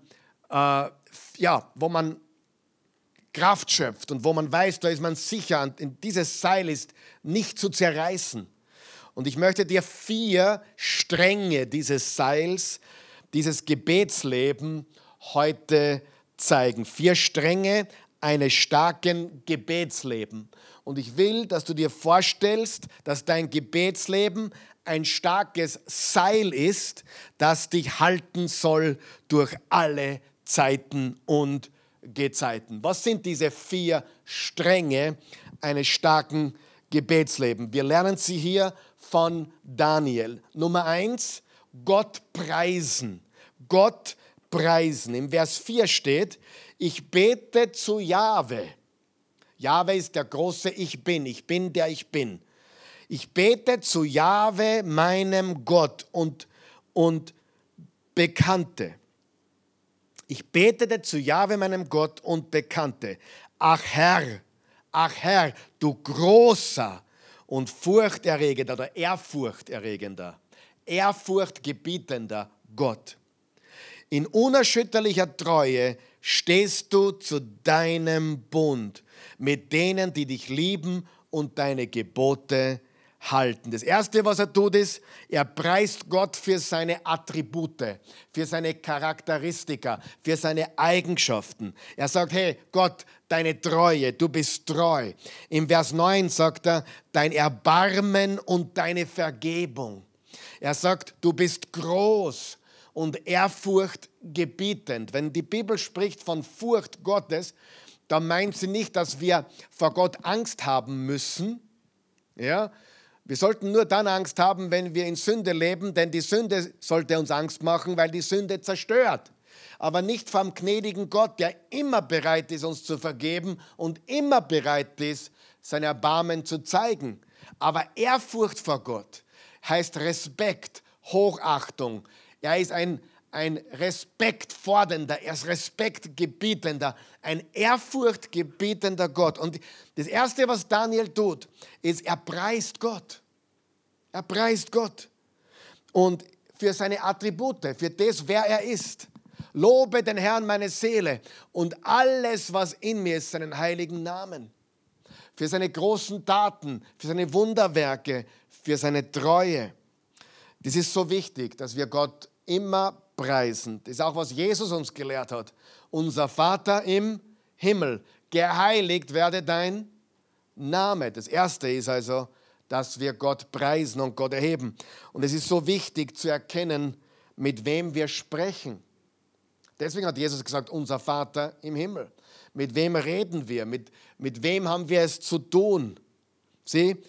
Kraft schöpft und wo man weiß, da ist man sicher und dieses Seil ist nicht zu zerreißen. Und ich möchte dir 4 Stränge dieses Seils, dieses Gebetsleben heute zeigen. 4 Stränge eines starken Gebetsleben. Und ich will, dass du dir vorstellst, dass dein Gebetsleben ein starkes Seil ist, das dich halten soll durch alle Zeiten und Gezeiten. Was sind diese 4 Stränge eines starken Gebetslebens? Wir lernen sie hier von Daniel. Nummer 1, Gott preisen. Gott preisen. Im Vers 4 steht, ich bete zu Jahwe. Jahwe ist der große Ich bin der ich bin. Ich bete zu Jahwe, meinem Gott und bekannte. Ich betete zu Jahwe, meinem Gott und bekannte. Ach Herr, du großer und furchterregender oder ehrfurchtgebietender Gott. In unerschütterlicher Treue stehst du zu deinem Bund mit denen, die dich lieben und deine Gebote halten. Das Erste, was er tut, ist, er preist Gott für seine Attribute, für seine Charakteristika, für seine Eigenschaften. Er sagt, hey Gott, deine Treue, du bist treu. Im Vers 9 sagt er, dein Erbarmen und deine Vergebung. Er sagt, du bist groß und ehrfurchtgebietend. Wenn die Bibel spricht von Furcht Gottes, dann meint sie nicht, dass wir vor Gott Angst haben müssen. Ja? Wir sollten nur dann Angst haben, wenn wir in Sünde leben, denn die Sünde sollte uns Angst machen, weil die Sünde zerstört. Aber nicht vom gnädigen Gott, der immer bereit ist, uns zu vergeben und immer bereit ist, sein Erbarmen zu zeigen. Aber Ehrfurcht vor Gott heißt Respekt, Hochachtung. Er ist ein respektfordernder, er ist respektgebietender, ein ehrfurchtgebietender Gott. Und das Erste, was Daniel tut, ist, er preist Gott. Er preist Gott. Und für seine Attribute, für das, wer er ist. Lobe den Herrn meine Seele und alles, was in mir ist, seinen heiligen Namen. Für seine großen Taten, für seine Wunderwerke, für seine Treue. Das ist so wichtig, dass wir Gott immer preisen. Das ist auch, was Jesus uns gelehrt hat. Unser Vater im Himmel, geheiligt werde dein Name. Das Erste ist also, dass wir Gott preisen und Gott erheben. Und es ist so wichtig zu erkennen, mit wem wir sprechen. Deswegen hat Jesus gesagt, unser Vater im Himmel. Mit wem reden wir? Mit wem haben wir es zu tun? Sieh,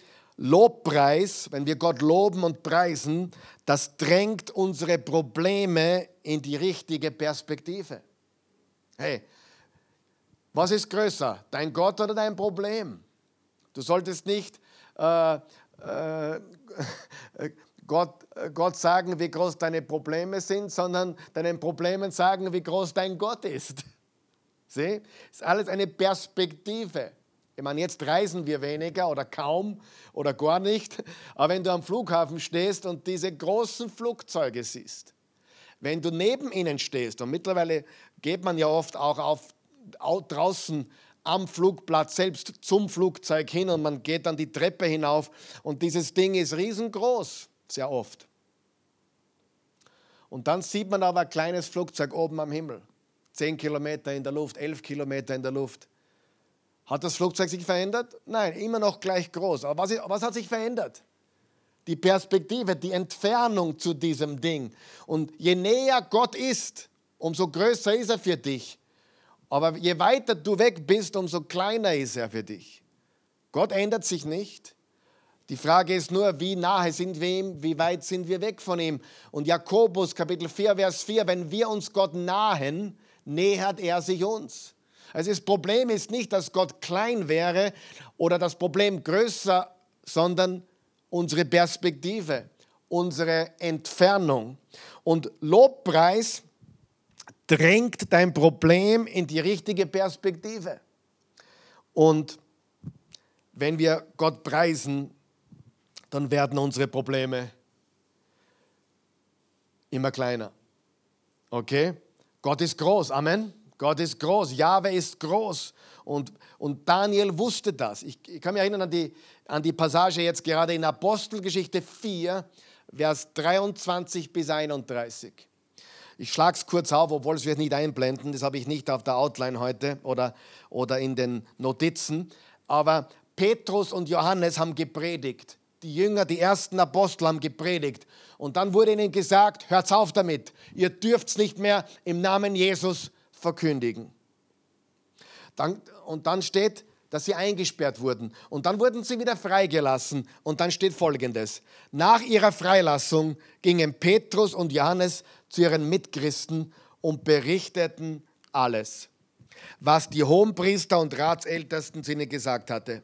Lobpreis, wenn wir Gott loben und preisen, das drängt unsere Probleme in die richtige Perspektive. Hey, was ist größer, dein Gott oder dein Problem? Du solltest nicht Gott sagen, wie groß deine Probleme sind, sondern deinen Problemen sagen, wie groß dein Gott ist. Sieh, ist alles eine Perspektive. Ich meine, jetzt reisen wir weniger oder kaum oder gar nicht, aber wenn du am Flughafen stehst und diese großen Flugzeuge siehst, wenn du neben ihnen stehst, und mittlerweile geht man ja oft auch draußen am Flugplatz selbst zum Flugzeug hin und man geht dann die Treppe hinauf und dieses Ding ist riesengroß, sehr oft. Und dann sieht man aber ein kleines Flugzeug oben am Himmel, 10 Kilometer in der Luft, 11 Kilometer in der Luft. Hat das Flugzeug sich verändert? Nein, immer noch gleich groß. Aber was hat sich verändert? Die Perspektive, die Entfernung zu diesem Ding. Und je näher Gott ist, umso größer ist er für dich. Aber je weiter du weg bist, umso kleiner ist er für dich. Gott ändert sich nicht. Die Frage ist nur, wie nahe sind wir ihm, wie weit sind wir weg von ihm. Und Jakobus Kapitel 4, Vers 4, wenn wir uns Gott nahen, nähert er sich uns. Also das Problem ist nicht, dass Gott klein wäre oder das Problem größer, sondern unsere Perspektive, unsere Entfernung. Und Lobpreis drängt dein Problem in die richtige Perspektive. Und wenn wir Gott preisen, dann werden unsere Probleme immer kleiner. Okay? Gott ist groß. Amen. Gott ist groß. Jahwe ist groß. Und Daniel wusste das. Ich kann mich erinnern an die Passage jetzt gerade in Apostelgeschichte 4, Vers 23 bis 31. Ich schlage es kurz auf, obwohl es wird nicht einblenden. Das habe ich nicht auf der Outline heute oder in den Notizen. Aber Petrus und Johannes haben gepredigt. Die Jünger, die ersten Apostel haben gepredigt. Und dann wurde ihnen gesagt, hört auf damit. Ihr dürft es nicht mehr im Namen Jesus verkündigen. Und dann steht, dass sie eingesperrt wurden. Und dann wurden sie wieder freigelassen. Und dann steht Folgendes. Nach ihrer Freilassung gingen Petrus und Johannes zu ihren Mitchristen und berichteten alles, was die Hohenpriester und Ratsältesten zu ihnen gesagt hatte.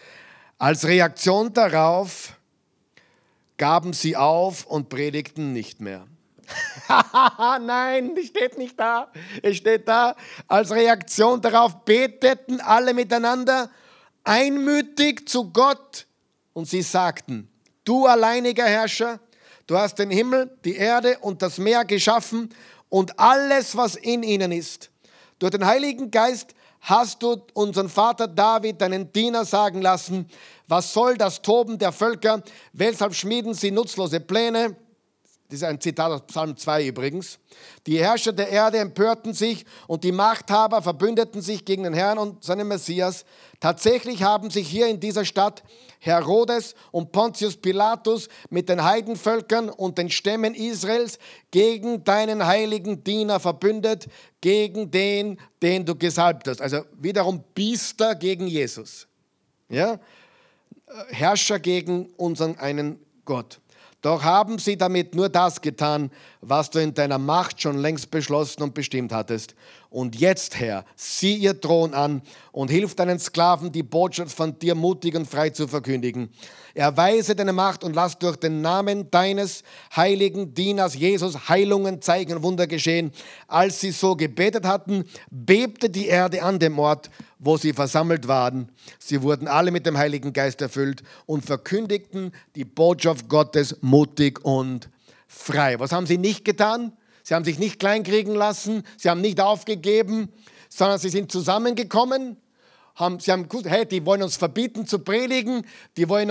Als Reaktion darauf gaben sie auf und predigten nicht mehr. Nein, das steht nicht da. Es steht da, als Reaktion darauf beteten alle miteinander einmütig zu Gott und sie sagten, du alleiniger Herrscher, du hast den Himmel, die Erde und das Meer geschaffen und alles, was in ihnen ist. Durch den Heiligen Geist hast du unseren Vater David, deinen Diener, sagen lassen, was soll das Toben der Völker, weshalb schmieden sie nutzlose Pläne? Das ist ein Zitat aus Psalm 2 übrigens. Die Herrscher der Erde empörten sich und die Machthaber verbündeten sich gegen den Herrn und seinen Messias. Tatsächlich haben sich hier in dieser Stadt Herodes und Pontius Pilatus mit den Heidenvölkern und den Stämmen Israels gegen deinen heiligen Diener verbündet, gegen den du gesalbt hast. Also wiederum Biester gegen Jesus. Ja? Herrscher gegen unseren einen Gott. Doch haben sie damit nur das getan, was du in deiner Macht schon längst beschlossen und bestimmt hattest. Und jetzt, Herr, sieh ihr Thron an und hilf deinen Sklaven, die Botschaft von dir mutig und frei zu verkündigen. Erweise deine Macht und lass durch den Namen deines heiligen Dieners Jesus Heilungen, Zeichen und Wunder geschehen. Als sie so gebetet hatten, bebte die Erde an dem Ort, wo sie versammelt waren. Sie wurden alle mit dem Heiligen Geist erfüllt und verkündigten die Botschaft Gottes mutig und frei. Was haben sie nicht getan? Sie haben sich nicht kleinkriegen lassen, sie haben nicht aufgegeben, sondern sie sind zusammengekommen. Sie haben gesagt, hey, die wollen uns verbieten zu predigen, die wollen,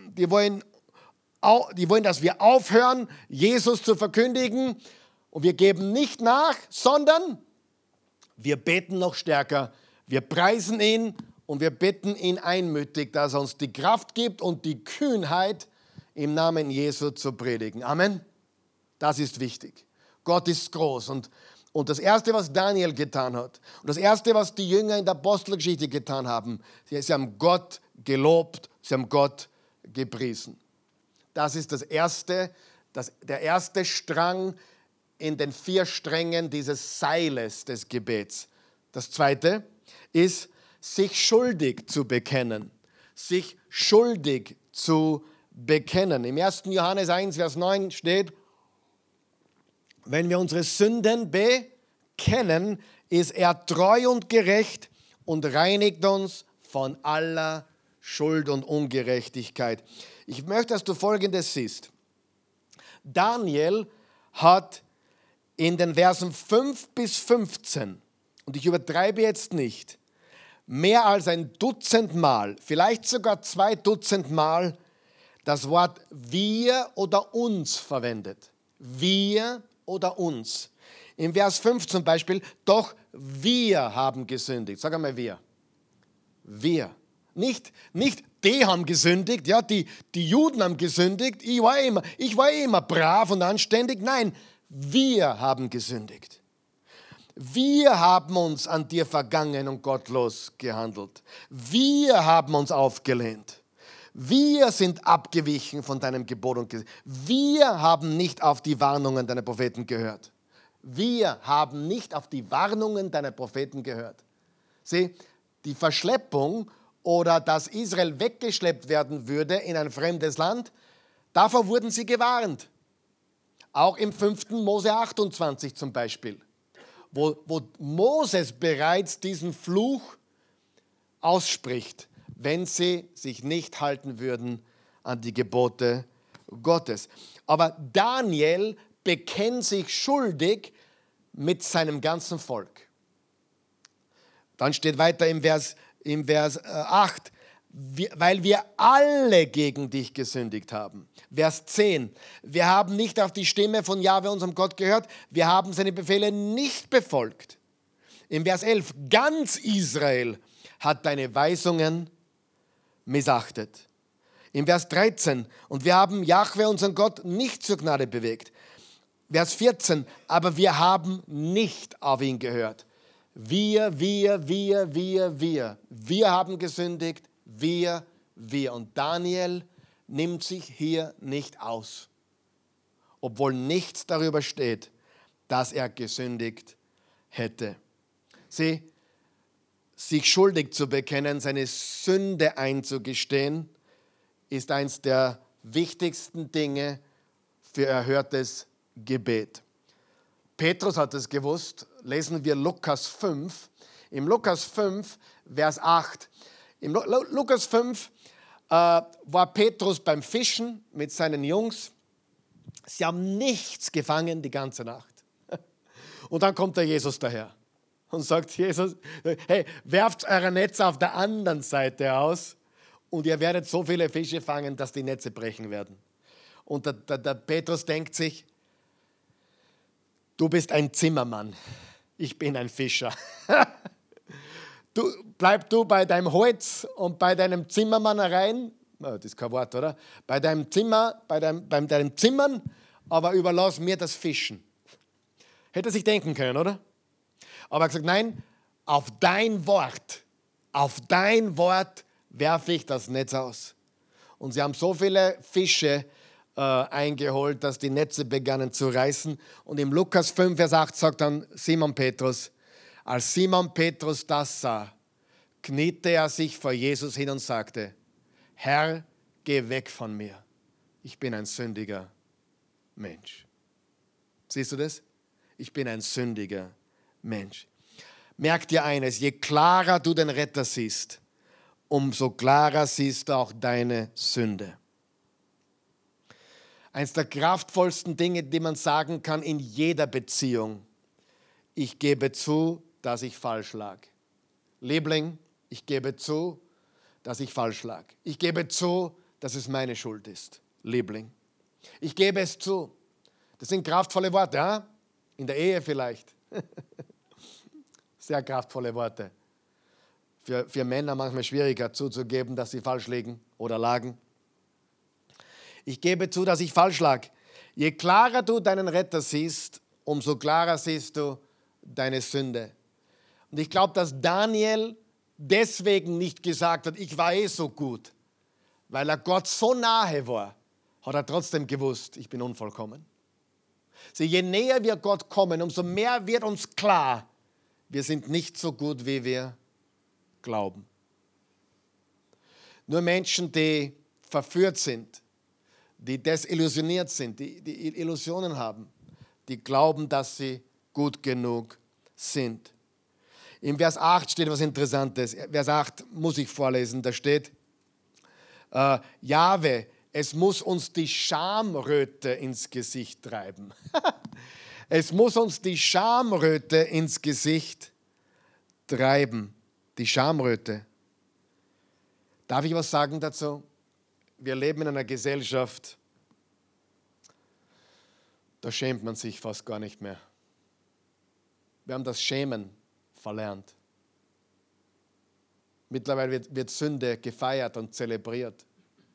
dass wir aufhören, Jesus zu verkündigen. Und wir geben nicht nach, sondern wir beten noch stärker. Wir preisen ihn und wir bitten ihn einmütig, dass er uns die Kraft gibt und die Kühnheit, im Namen Jesu zu predigen. Amen. Das ist wichtig. Gott ist groß. Und das Erste, was Daniel getan hat, und das Erste, was die Jünger in der Apostelgeschichte getan haben, sie haben Gott gelobt, sie haben Gott gepriesen. Das ist der erste Strang in den 4 Strängen dieses Seiles des Gebets. Das Zweite ist, sich schuldig zu bekennen. Sich schuldig zu bekennen. Im 1. Johannes 1, Vers 9 steht, wenn wir unsere Sünden bekennen, ist er treu und gerecht und reinigt uns von aller Schuld und Ungerechtigkeit. Ich möchte, dass du Folgendes siehst. Daniel hat in den Versen 5 bis 15, und ich übertreibe jetzt nicht, mehr als ein Dutzend Mal, vielleicht sogar 2 Dutzend Mal, das Wort wir oder uns verwendet. Wir oder uns. Im Vers 5 zum Beispiel, doch wir haben gesündigt. Sag einmal wir. Wir. Nicht die haben gesündigt, ja, die Juden haben gesündigt, ich war immer brav und anständig. Nein, wir haben gesündigt. Wir haben uns an dir vergangen und gottlos gehandelt. Wir haben uns aufgelehnt. Wir sind abgewichen von deinem Gebot und Gesetz. Wir haben nicht auf die Warnungen deiner Propheten gehört. Wir haben nicht auf die Warnungen deiner Propheten gehört. Sieh, die Verschleppung oder dass Israel weggeschleppt werden würde in ein fremdes Land, davor wurden sie gewarnt. Auch im 5. Mose 28 zum Beispiel, wo Moses bereits diesen Fluch ausspricht, wenn sie sich nicht halten würden an die Gebote Gottes. Aber Daniel bekennt sich schuldig mit seinem ganzen Volk. Dann steht weiter im Vers 8, weil wir alle gegen dich gesündigt haben. Vers 10, wir haben nicht auf die Stimme von Jahwe, unserem Gott, gehört, wir haben seine Befehle nicht befolgt. Im Vers 11, ganz Israel hat deine Weisungen missachtet. Im Vers 13, und wir haben Jahwe, unseren Gott, nicht zur Gnade bewegt. Vers 14, aber wir haben nicht auf ihn gehört. Wir haben gesündigt, wir. Und Daniel nimmt sich hier nicht aus, obwohl nichts darüber steht, dass er gesündigt hätte. Sieh, sich schuldig zu bekennen, seine Sünde einzugestehen, ist eines der wichtigsten Dinge für erhörtes Gebet. Petrus hat es gewusst, lesen wir Lukas 5. Im Lukas 5, Vers 8. Im Lukas 5 war Petrus beim Fischen mit seinen Jungs. Sie haben nichts gefangen die ganze Nacht. Und dann kommt der Jesus daher und sagt, Jesus, hey, werft eure Netze auf der anderen Seite aus und ihr werdet so viele Fische fangen, dass die Netze brechen werden. Und der Petrus denkt sich, du bist ein Zimmermann, ich bin ein Fischer. Bleib du bei deinem Holz und bei deinem Zimmermannereien, das ist kein Wort, oder? Bei deinem Zimmer, bei deinem Zimmern, aber überlass mir das Fischen. Hätte er sich denken können, oder? Aber er hat gesagt, nein, auf dein Wort werfe ich das Netz aus. Und sie haben so viele Fische eingeholt, dass die Netze begannen zu reißen. Und im Lukas 5, Vers 8 sagt dann Simon Petrus, als Simon Petrus das sah, kniete er sich vor Jesus hin und sagte, Herr, geh weg von mir, ich bin ein sündiger Mensch. Siehst du das? Ich bin ein sündiger Mensch. Merk dir eines, je klarer du den Retter siehst, umso klarer siehst du auch deine Sünde. Eines der kraftvollsten Dinge, die man sagen kann in jeder Beziehung. Ich gebe zu, dass ich falsch lag. Liebling, ich gebe zu, dass ich falsch lag. Ich gebe zu, dass es meine Schuld ist. Liebling, ich gebe es zu. Das sind kraftvolle Worte, ja? In der Ehe vielleicht. Sehr kraftvolle Worte. Für Männer manchmal schwieriger zuzugeben, dass sie falsch liegen oder lagen. Ich gebe zu, dass ich falsch lag. Je klarer du deinen Retter siehst, umso klarer siehst du deine Sünde. Und ich glaube, dass Daniel deswegen nicht gesagt hat, ich war so gut. Weil er Gott so nahe war, hat er trotzdem gewusst, ich bin unvollkommen. So, je näher wir Gott kommen, umso mehr wird uns klar, wir sind nicht so gut, wie wir glauben. Nur Menschen, die verführt sind, die desillusioniert sind, die Illusionen haben, die glauben, dass sie gut genug sind. Im Vers 8 steht was Interessantes. Vers 8 muss ich vorlesen. Da steht, Jahwe, es muss uns die Schamröte ins Gesicht treiben. Es muss uns die Schamröte ins Gesicht treiben. Die Schamröte. Darf ich was sagen dazu? Wir leben in einer Gesellschaft, da schämt man sich fast gar nicht mehr. Wir haben das Schämen verlernt. Mittlerweile wird Sünde gefeiert und zelebriert.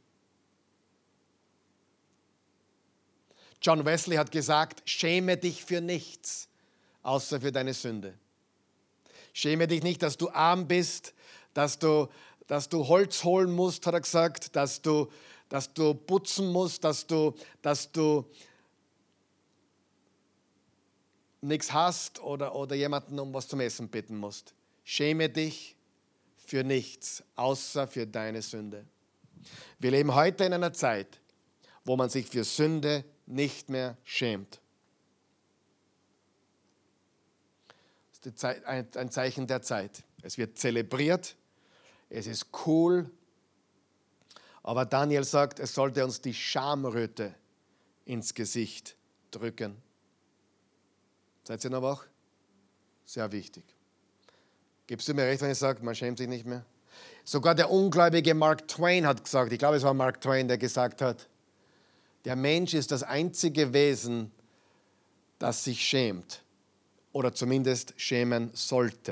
John Wesley hat gesagt, schäme dich für nichts, außer für deine Sünde. Schäme dich nicht, dass du arm bist, dass du Holz holen musst, hat er gesagt, dass du putzen musst, dass du nichts hast oder jemanden um was zum Essen bitten musst. Schäme dich für nichts, außer für deine Sünde. Wir leben heute in einer Zeit, wo man sich für Sünde nicht mehr schämt. Das ist ein Zeichen der Zeit. Es wird zelebriert, es ist cool, aber Daniel sagt, es sollte uns die Schamröte ins Gesicht drücken. Seid ihr noch wach? Sehr wichtig. Gibst du mir recht, wenn ich sage, man schämt sich nicht mehr? Sogar der ungläubige Mark Twain hat gesagt, ich glaube, es war Mark Twain, der gesagt hat, der Mensch ist das einzige Wesen, das sich schämt oder zumindest schämen sollte.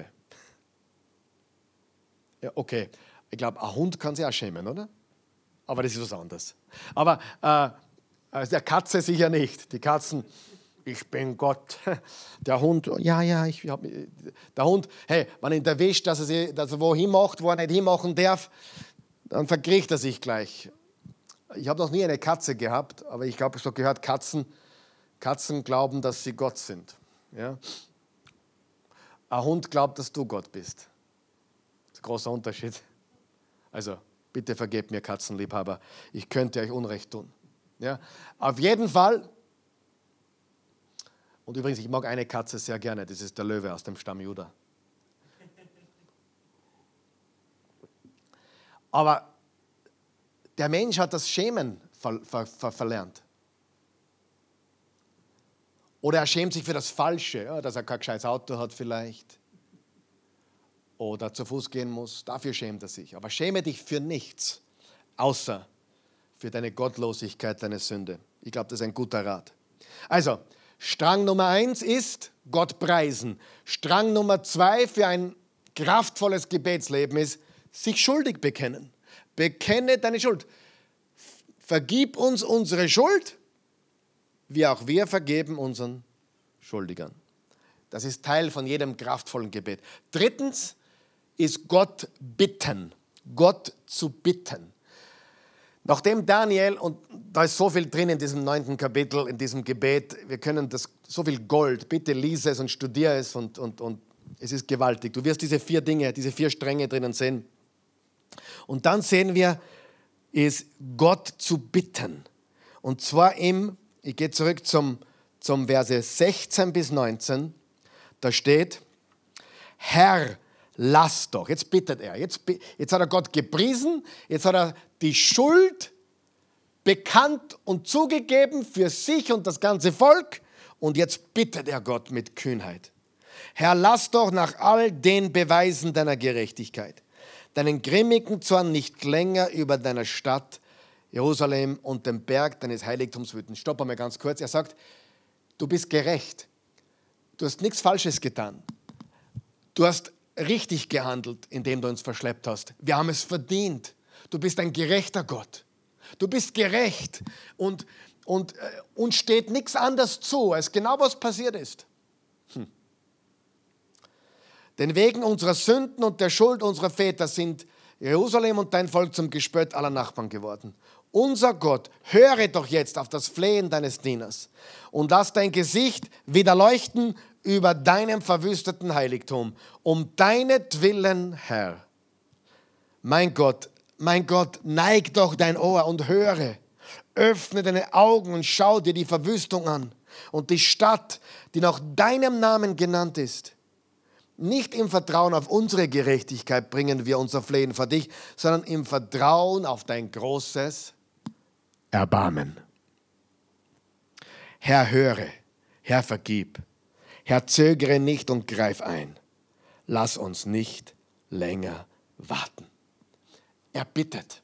Ja, okay, ich glaube, ein Hund kann sich auch schämen, oder? Aber das ist was anderes. Aber also der Katze sicher nicht. Die Katzen, ich bin Gott. Der Hund, ja, der Hund, hey, wenn ihn erwischt, dass er wohin macht, wo er nicht hinmachen darf, dann verkriecht er sich gleich. Ich habe noch nie eine Katze gehabt, aber ich glaube, ich habe gehört, Katzen glauben, dass sie Gott sind. Ja? Ein Hund glaubt, dass du Gott bist. Das ist ein großer Unterschied. Also, bitte vergebt mir, Katzenliebhaber, ich könnte euch Unrecht tun. Ja? Auf jeden Fall, und übrigens, ich mag eine Katze sehr gerne, das ist der Löwe aus dem Stamm Juda. Aber der Mensch hat das Schämen verlernt. Oder er schämt sich für das Falsche, ja, dass er kein gescheites Auto hat vielleicht. Oder zu Fuß gehen muss, dafür schämt er sich. Aber schäme dich für nichts, außer für deine Gottlosigkeit, deine Sünde. Ich glaube, das ist ein guter Rat. Also, Strang Nummer 1 ist Gott preisen. Strang Nummer 2 für ein kraftvolles Gebetsleben ist, sich schuldig bekennen. Bekenne deine Schuld. Vergib uns unsere Schuld, wie auch wir vergeben unseren Schuldigern. Das ist Teil von jedem kraftvollen Gebet. Drittens ist Gott bitten. Gott zu bitten. Nachdem Daniel, und da ist so viel drin in diesem 9. Kapitel, in diesem Gebet, wir können das, so viel Gold, bitte lies es und studiere es und es ist gewaltig. Du wirst diese 4 Dinge, diese 4 Stränge drinnen sehen. Und dann sehen wir, ist Gott zu bitten. Und zwar ich gehe zurück zum Verse 16 bis 19, da steht, Herr, lass doch. Jetzt bittet er. Jetzt hat er Gott gepriesen, jetzt hat er die Schuld bekannt und zugegeben für sich und das ganze Volk und jetzt bittet er Gott mit Kühnheit. Herr, lass doch nach all den Beweisen deiner Gerechtigkeit deinen grimmigen Zorn nicht länger über deiner Stadt Jerusalem und dem Berg deines Heiligtums wüten. Stopp einmal ganz kurz. Er sagt, du bist gerecht. Du hast nichts Falsches getan. Du hast richtig gehandelt, indem du uns verschleppt hast. Wir haben es verdient. Du bist ein gerechter Gott. Du bist gerecht und uns steht nichts anderes zu, als genau was passiert ist. Denn wegen unserer Sünden und der Schuld unserer Väter sind Jerusalem und dein Volk zum Gespött aller Nachbarn geworden. Unser Gott, höre doch jetzt auf das Flehen deines Dieners und lass dein Gesicht wieder leuchten über deinem verwüsteten Heiligtum. Um deinetwillen, Herr. Mein Gott, neig doch dein Ohr und höre. Öffne deine Augen und schau dir die Verwüstung an und die Stadt, die nach deinem Namen genannt ist. Nicht im Vertrauen auf unsere Gerechtigkeit bringen wir unser Flehen vor dich, sondern im Vertrauen auf dein großes Erbarmen. Herr, höre, Herr, vergib. Herr, zögere nicht und greif ein. Lass uns nicht länger warten. Er bittet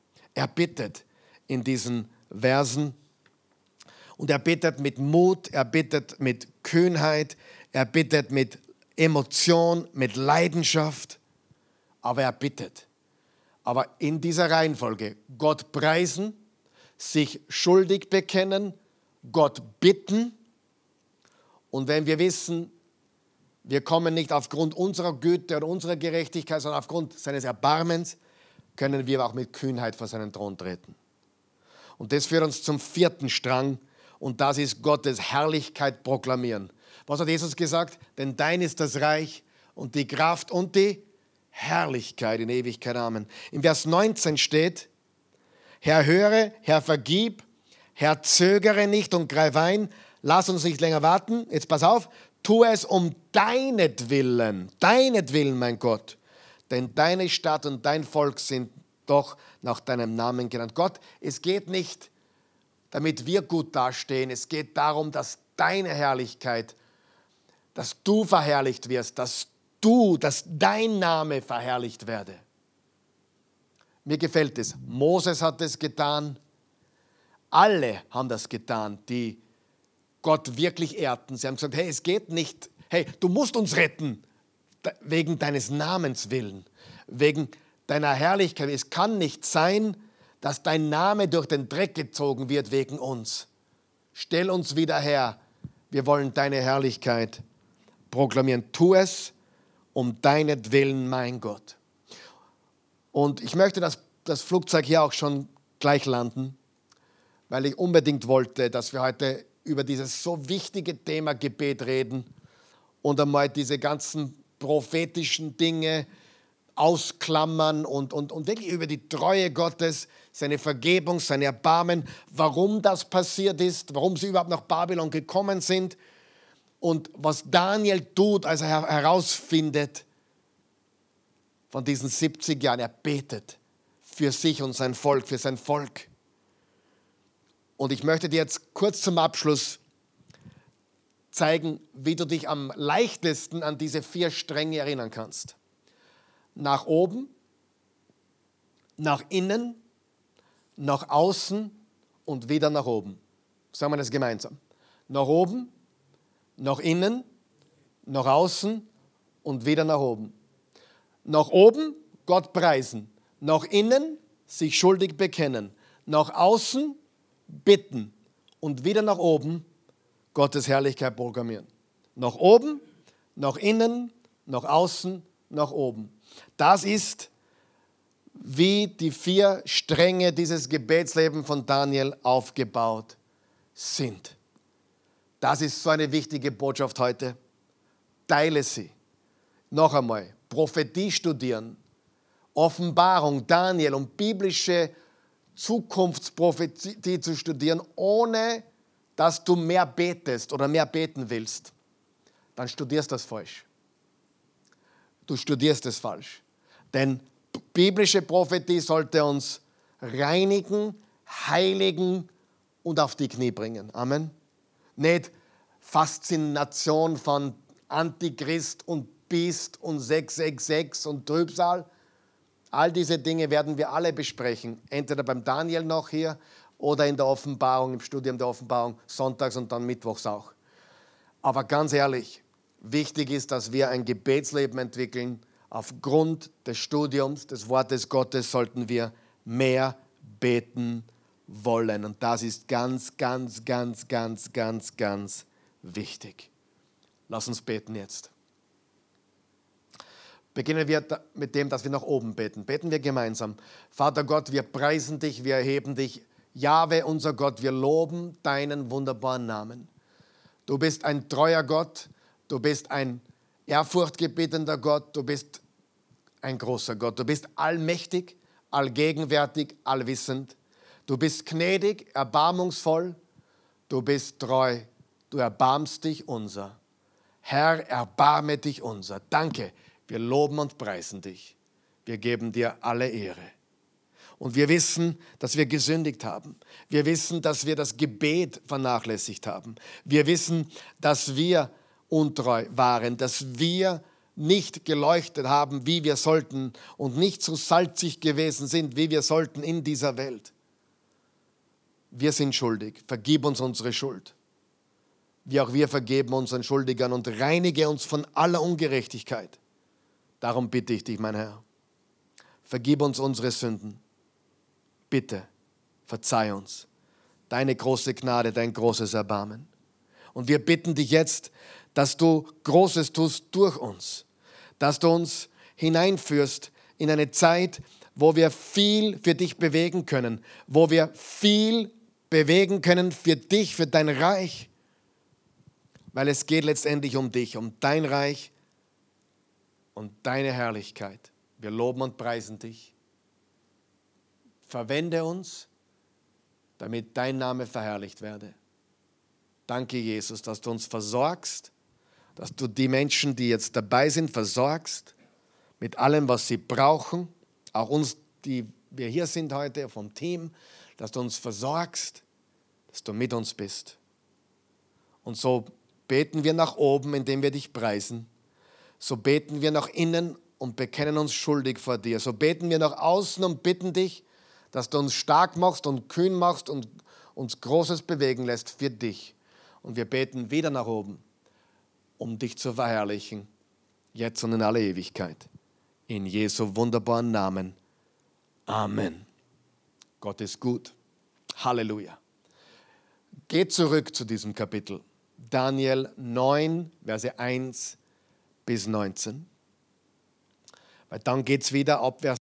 in diesen Versen und er bittet mit Mut, er bittet mit Kühnheit, er bittet mit Emotion, mit Leidenschaft. aber er bittet. Aber in dieser Reihenfolge: Gott preisen, sich schuldig bekennen, Gott bitten. Und wenn wir wissen, wir kommen nicht aufgrund unserer Güte oder unserer Gerechtigkeit, sondern aufgrund seines Erbarmens, können wir auch mit Kühnheit vor seinen Thron treten. Und das führt uns zum 4. Strang, und das ist Gottes Herrlichkeit proklamieren. Was hat Jesus gesagt? Denn dein ist das Reich und die Kraft und die Herrlichkeit in Ewigkeit. Amen. Im Vers 19 steht: Herr, höre, Herr, vergib, Herr, zögere nicht und greif ein, lass uns nicht länger warten. Jetzt pass auf, tu es um deinetwillen, mein Gott. Denn deine Stadt und dein Volk sind doch nach deinem Namen genannt. Gott, es geht nicht, damit wir gut dastehen. Es geht darum, dass deine Herrlichkeit, dass du verherrlicht wirst, dass dein Name verherrlicht werde. Mir gefällt es. Moses hat es getan. Alle haben das getan, die Gott wirklich ehrten. Sie haben gesagt, hey, es geht nicht, hey, du musst uns retten, wegen deines Namens willen, wegen deiner Herrlichkeit. Es kann nicht sein, dass dein Name durch den Dreck gezogen wird wegen uns. Stell uns wieder her. Wir wollen deine Herrlichkeit proklamieren. Tu es um deinetwillen, mein Gott. Und ich möchte das Flugzeug hier auch schon gleich landen, weil ich unbedingt wollte, dass wir heute über dieses so wichtige Thema Gebet reden und einmal diese ganzen prophetischen Dinge ausklammern und wirklich über die Treue Gottes, seine Vergebung, sein Erbarmen, warum das passiert ist, warum sie überhaupt nach Babylon gekommen sind und was Daniel tut, als er herausfindet von diesen 70 Jahren. Er betet für sich und sein Volk, für sein Volk. Und ich möchte dir jetzt kurz zum Abschluss zeigen, wie du dich am leichtesten an diese 4 Stränge erinnern kannst. Nach oben, nach innen, nach außen und wieder nach oben. Sagen wir das gemeinsam. Nach oben, nach innen, nach außen und wieder nach oben. Nach oben Gott preisen, nach innen sich schuldig bekennen, nach außen bitten und wieder nach oben Gottes Herrlichkeit proklamieren. Nach oben, nach innen, nach außen, nach oben. Das ist, wie die 4 Stränge dieses Gebetslebens von Daniel aufgebaut sind. Das ist so eine wichtige Botschaft heute. Teile sie. Noch einmal, Prophetie studieren, Offenbarung, Daniel und biblische Zukunftsprophetie zu studieren, ohne dass du mehr betest oder mehr beten willst, dann studierst du das falsch. Du studierst es falsch. Denn biblische Prophetie sollte uns reinigen, heiligen und auf die Knie bringen. Amen. Nicht Faszination von Antichrist und Biest und 666 und Trübsal. All diese Dinge werden wir alle besprechen. Entweder beim Daniel noch hier oder in der Offenbarung, im Studium der Offenbarung, sonntags und dann mittwochs auch. Aber ganz ehrlich, wichtig ist, dass wir ein Gebetsleben entwickeln. Aufgrund des Studiums des Wortes Gottes sollten wir mehr beten wollen. Und das ist ganz, ganz, ganz, ganz, ganz, ganz wichtig. Lass uns beten jetzt. Beginnen wir mit dem, dass wir nach oben beten. Beten wir gemeinsam. Vater Gott, wir preisen dich, wir erheben dich. Jahwe, unser Gott, wir loben deinen wunderbaren Namen. Du bist ein treuer Gott, du bist ein ehrfurchtgebietender Gott, du bist ein großer Gott. Du bist allmächtig, allgegenwärtig, allwissend. Du bist gnädig, erbarmungsvoll, du bist treu, du erbarmst dich unser. Herr, erbarme dich unser. Danke, wir loben und preisen dich. Wir geben dir alle Ehre. Und wir wissen, dass wir gesündigt haben. Wir wissen, dass wir das Gebet vernachlässigt haben. Wir wissen, dass wir untreu waren, dass wir nicht geleuchtet haben, wie wir sollten und nicht so salzig gewesen sind, wie wir sollten in dieser Welt. Wir sind schuldig. Vergib uns unsere Schuld, wie auch wir vergeben unseren Schuldigern und reinige uns von aller Ungerechtigkeit. Darum bitte ich dich, mein Herr. Vergib uns unsere Sünden. Bitte, verzeih uns. Deine große Gnade, dein großes Erbarmen. Und wir bitten dich jetzt, dass du Großes tust durch uns. Dass du uns hineinführst in eine Zeit, wo wir viel für dich bewegen können. Wo wir viel bewegen können für dich, für dein Reich. Weil es geht letztendlich um dich, um dein Reich und deine Herrlichkeit. Wir loben und preisen dich. Verwende uns, damit dein Name verherrlicht werde. Danke, Jesus, dass du uns versorgst, dass du die Menschen, die jetzt dabei sind, versorgst mit allem, was sie brauchen. Auch uns, die wir hier sind heute vom Team, dass du uns versorgst, dass du mit uns bist. Und so beten wir nach oben, indem wir dich preisen. So beten wir nach innen und bekennen uns schuldig vor dir. So beten wir nach außen und bitten dich, dass du uns stark machst und kühn machst und uns Großes bewegen lässt für dich. Und wir beten wieder nach oben, um dich zu verherrlichen, jetzt und in alle Ewigkeit. In Jesu wunderbaren Namen. Amen. Gott ist gut. Halleluja. Geht zurück zu diesem Kapitel. Daniel 9, Verse 1 bis 19. Weil dann geht es wieder ab Vers